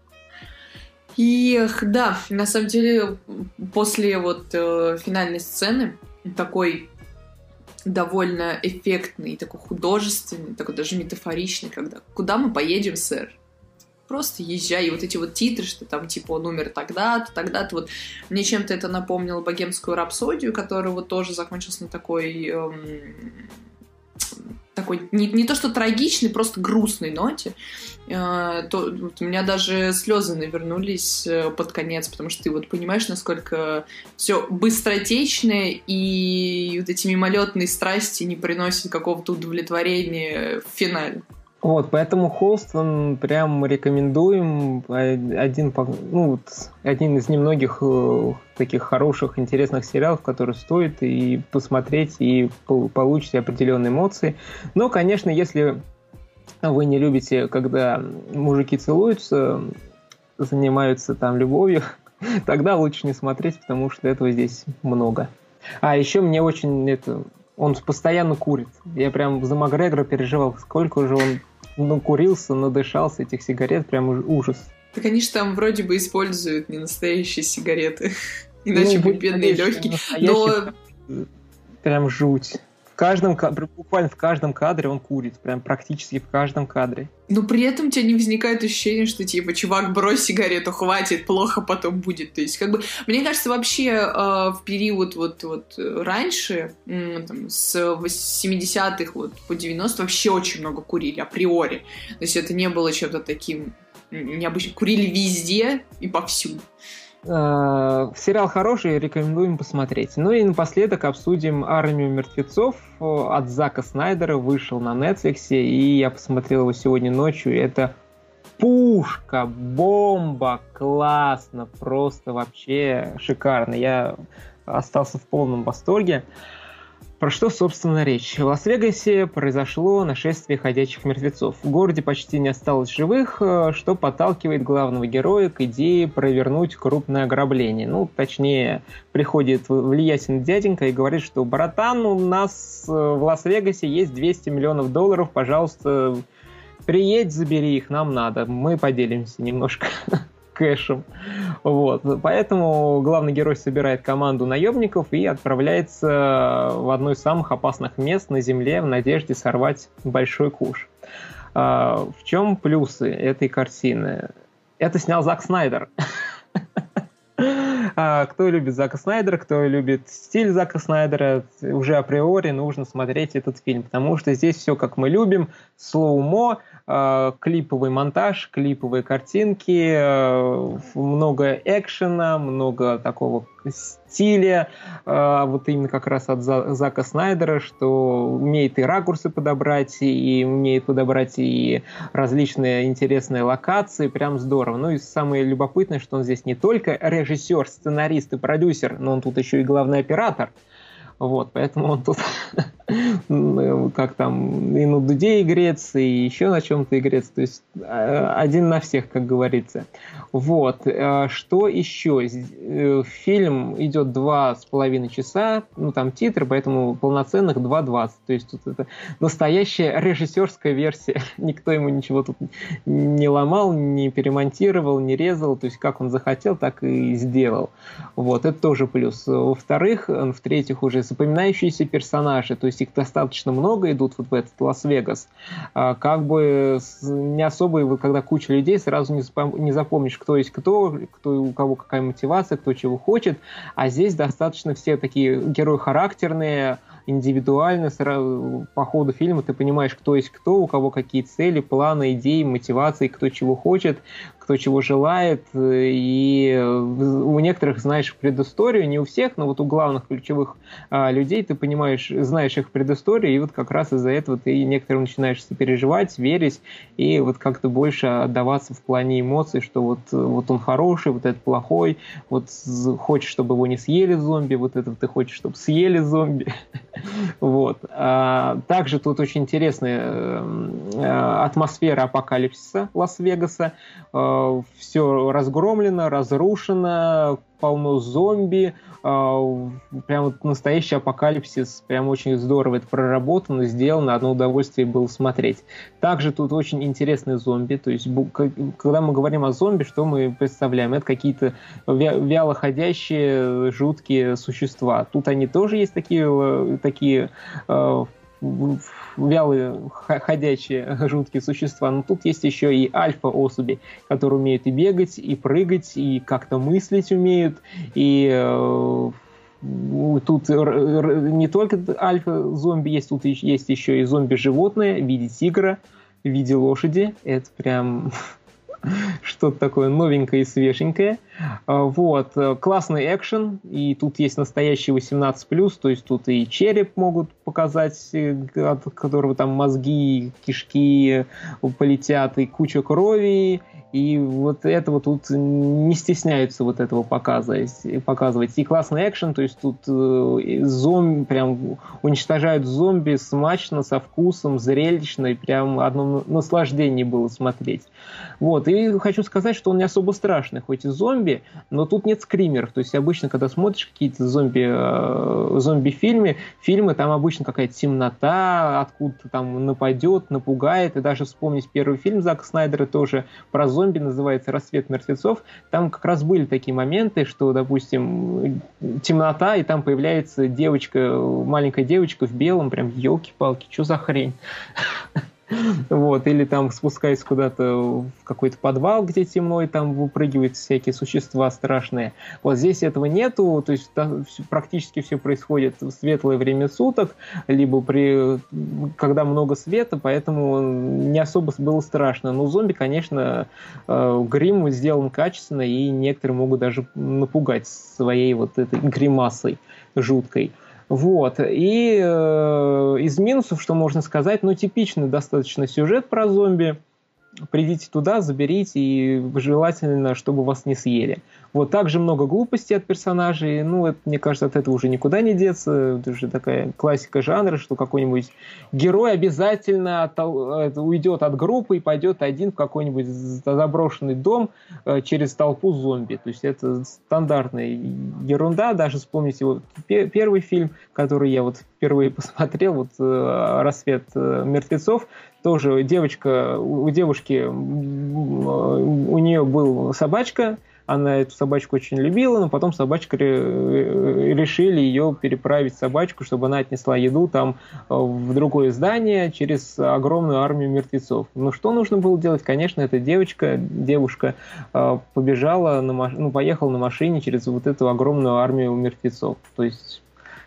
Эх, да, на самом деле, после вот э, финальной сцены, такой довольно эффектный, такой художественный, такой даже метафоричный, когда «Куда мы поедем, сэр?» Просто езжай, и вот эти вот титры, что там типа он умер тогда-то, тогда-то, вот мне чем-то это напомнило «Богемскую рапсодию», которая вот тоже закончилась на такой... Эм... такой, не, не то что трагичной, просто грустной ноте, э, то вот у меня даже слезы навернулись э, под конец, потому что ты вот понимаешь, насколько все быстротечное, и вот эти мимолетные страсти не приносят какого-то удовлетворения в финале. Вот, поэтому Холстон прям рекомендуем. Один, ну, вот, один из немногих э, таких хороших, интересных сериалов, которые стоит и посмотреть, и получите определенные эмоции. Но, конечно, если вы не любите, когда мужики целуются, занимаются там любовью, тогда лучше не смотреть, потому что этого здесь много. А еще мне очень это... Он постоянно курит. Я прям за Макгрегора переживал, сколько же он ну, курился, надышался этих сигарет, прям ужас. Так они же там вроде бы используют не настоящие сигареты, иначе бы бедные легкие. Но... Прям жуть. В каждом, буквально в каждом кадре он курит, прям практически в каждом кадре. Но при этом у тебя не возникает ощущения, что типа, чувак, брось сигарету, хватит, плохо потом будет. То есть, как бы, мне кажется, вообще э, в период вот, вот раньше, э, там, с семидесятых вот, по девяностые вообще очень много курили, априори. То есть это не было чем-то таким необычным. Курили везде и повсюду. Сериал хороший, рекомендуем посмотреть. Ну и напоследок обсудим «Армию мертвецов» от Зака Снайдера. Вышел на Netflix, и я посмотрел его сегодня ночью. Это пушка, бомба, классно, просто вообще шикарно. Я остался в полном восторге. Про что, собственно, речь? В Лас-Вегасе произошло нашествие ходячих мертвецов. В городе почти не осталось живых, что подталкивает главного героя к идее провернуть крупное ограбление. Ну, точнее, приходит влиятельный дяденька и говорит, что «Братан, у нас в Лас-Вегасе есть двести миллионов долларов, пожалуйста, приедь, забери их, нам надо, мы поделимся немножко кэшем». Вот. Поэтому главный герой собирает команду наемников и отправляется в одно из самых опасных мест на Земле в надежде сорвать большой куш. В чем плюсы этой картины? Это снял Зак Снайдер. Кто любит Зака Снайдера, кто любит стиль Зака Снайдера, уже априори нужно смотреть этот фильм, потому что здесь все как мы любим, слоумо, клиповый монтаж, клиповые картинки, много экшена, много такого стиля, вот именно как раз от Зака Снайдера, что умеет и ракурсы подобрать, и умеет подобрать и различные интересные локации, прям здорово. Ну и самое любопытное, что он здесь не только режиссер, сценарист и продюсер, но он тут еще и главный оператор. Вот, поэтому он тут как там и на дуде играется, и еще на чем-то играется. То есть один на всех, как говорится. Вот. Что еще? Фильм идет два с половиной часа, ну там титры, поэтому полноценных два двадцать. То есть тут это настоящая режиссерская версия. Никто ему ничего тут не ломал, не перемонтировал, не резал. То есть как он захотел, так и сделал. Вот. Это тоже плюс. Во-вторых, в-третьих, уже запоминающиеся персонажи, то есть их достаточно много идут вот в этот Лас-Вегас. Как бы не особо, когда куча людей, сразу не, запом- не запомнишь, кто есть кто, кто у кого какая мотивация, кто чего хочет, а здесь достаточно все такие герои характерные, индивидуально, сразу по ходу фильма ты понимаешь, кто есть кто, у кого какие цели, планы, идеи, мотивации, кто чего хочет, кто чего желает, и у некоторых знаешь предысторию, не у всех, но вот у главных ключевых а, людей ты понимаешь, знаешь их предысторию, и вот как раз из-за этого ты некоторым начинаешь сопереживать, верить, и вот как-то больше отдаваться в плане эмоций, что вот, вот он хороший, вот этот плохой, вот хочешь, чтобы его не съели зомби, вот это ты хочешь, чтобы съели зомби. Вот. А, также тут очень интересная а, атмосфера апокалипсиса Лас-Вегаса. А, все разгромлено, разрушено, полно зомби. А, прям вот настоящий апокалипсис. Прям очень здорово это проработано, сделано. Одно удовольствие было смотреть. Также тут очень интересные зомби. То есть, когда мы говорим о зомби, что мы представляем? Это какие-то вялоходящие, жуткие существа. Тут они тоже есть такие, такие э, вялые, ходячие, жуткие существа. Но тут есть еще и альфа-особи, которые умеют и бегать, и прыгать, и как-то мыслить умеют, и э, тут не только альфа-зомби есть, тут есть еще и зомби-животное в виде тигра, в виде лошади. Это прям что-то такое новенькое и свеженькое. Вот. Классный экшен, и тут есть настоящий восемнадцать плюс, то есть тут и череп могут показать, от которого там мозги, кишки полетят, и куча крови, и вот этого тут не стесняются вот этого показывать. показывать. И классный экшен, то есть тут зомби прям уничтожают зомби смачно, со вкусом, зрелищно, и прям одно наслаждение было смотреть. Вот. И хочу сказать, что он не особо страшный, хоть и зомби, но тут нет скримеров. То есть обычно, когда смотришь какие-то зомби, э, зомби-фильмы, фильмы, там обычно какая-то темнота, откуда-то там нападет, напугает. И даже вспомнить первый фильм Зака Снайдера тоже про зомби, называется «Рассвет мертвецов». Там как раз были такие моменты, что, допустим, темнота, и там появляется девочка, маленькая девочка в белом, прям елки-палки, что за хрень? Вот, или там спускаясь куда-то в какой-то подвал, где темно, и там выпрыгивают всякие существа страшные. Вот здесь этого нету, то есть да, практически все происходит в светлое время суток, либо при, когда много света, поэтому не особо было страшно. Но зомби, конечно, грим сделан качественно, и некоторые могут даже напугать своей вот этой гримасой жуткой. Вот. И э, из минусов, что можно сказать, ну, типичный достаточно сюжет про зомби. Придите туда, заберите, и желательно, чтобы вас не съели. Вот, также много глупостей от персонажей. Ну, это, мне кажется, от этого уже никуда не деться. Это уже такая классика жанра, что какой-нибудь герой обязательно от, уйдет от группы и пойдет один в какой-нибудь заброшенный дом э, через толпу зомби. То есть это стандартная ерунда. Даже вспомните вот пе- первый фильм, который я вот впервые посмотрел, вот э, «Рассвет э, мертвецов». Тоже девочка, у девушки, у нее была собачка, она эту собачку очень любила, но потом собачка решили ее переправить собачку, чтобы она отнесла еду там в другое здание через огромную армию мертвецов. Ну что нужно было делать? Конечно, эта девочка, девушка побежала, на маш... ну, поехала на машине через вот эту огромную армию мертвецов. То есть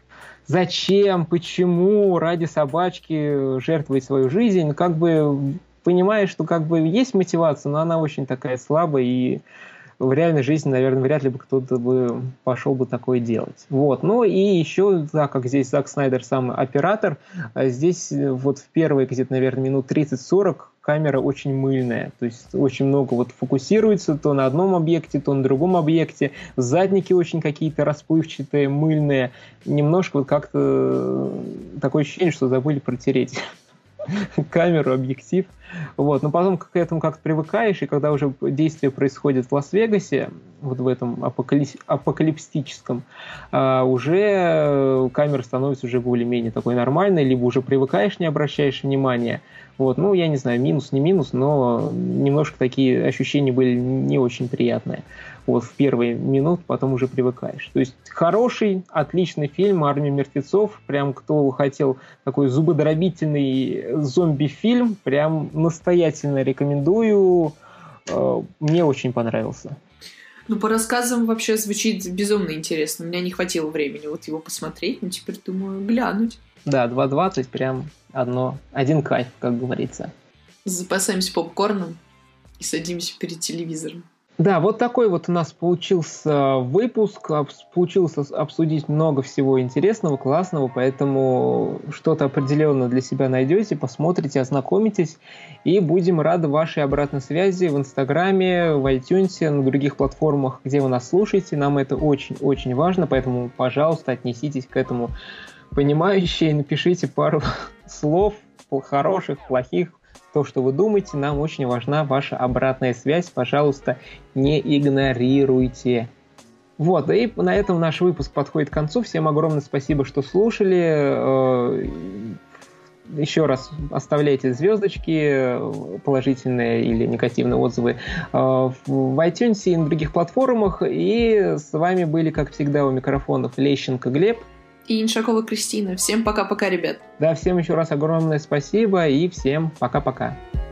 зачем, почему ради собачки жертвовать свою жизнь? Как бы понимаешь, что как бы есть мотивация, но она очень такая слабая, и в реальной жизни, наверное, вряд ли бы кто-то бы пошел бы такое делать. Вот. Ну и еще, так как здесь Зак Снайдер сам оператор, здесь вот в первые где-то, наверное, минут тридцать-сорок камера очень мыльная, то есть очень много вот фокусируется то на одном объекте, то на другом объекте, задники очень какие-то расплывчатые, мыльные, немножко вот как-то такое ощущение, что забыли протереть камеру, объектив. Вот. Но потом к этому как-то привыкаешь, и когда уже действие происходит в Лас-Вегасе, вот в этом апокалип... апокалиптическом, а, уже камера становится уже более-менее такой нормальной, либо уже привыкаешь, не обращаешь внимания. Вот. Ну, я не знаю, минус, не минус, но немножко такие ощущения были не очень приятные. Вот в первые минуты, потом уже привыкаешь. То есть хороший, отличный фильм «Армия мертвецов». Прям кто хотел такой зубодробительный зомби-фильм, прям настоятельно рекомендую. Мне очень понравился. Ну, по рассказам вообще звучит безумно интересно. У меня не хватило времени вот его посмотреть, но теперь думаю глянуть. Да, два двадцать прям одно, один кайф, как говорится. Запасаемся попкорном и садимся перед телевизором. Да, вот такой вот у нас получился выпуск. Получилось обсудить много всего интересного, классного, поэтому что-то определенно для себя найдете, посмотрите, ознакомитесь, и будем рады вашей обратной связи в Инстаграме, в iTunes, на других платформах, где вы нас слушаете. Нам это очень-очень важно, поэтому, пожалуйста, отнеситесь к этому понимающе и напишите пару слов, хороших, плохих, то, что вы думаете. Нам очень важна ваша обратная связь. Пожалуйста, не игнорируйте. Вот, и на этом наш выпуск подходит к концу. Всем огромное спасибо, что слушали. Еще раз оставляйте звездочки, положительные или негативные отзывы в iTunes и на других платформах. И с вами были, как всегда, у микрофонов Лещенко Глеб и Иншакова Кристина. Всем пока-пока, ребят. Да, всем еще раз огромное спасибо и всем пока-пока.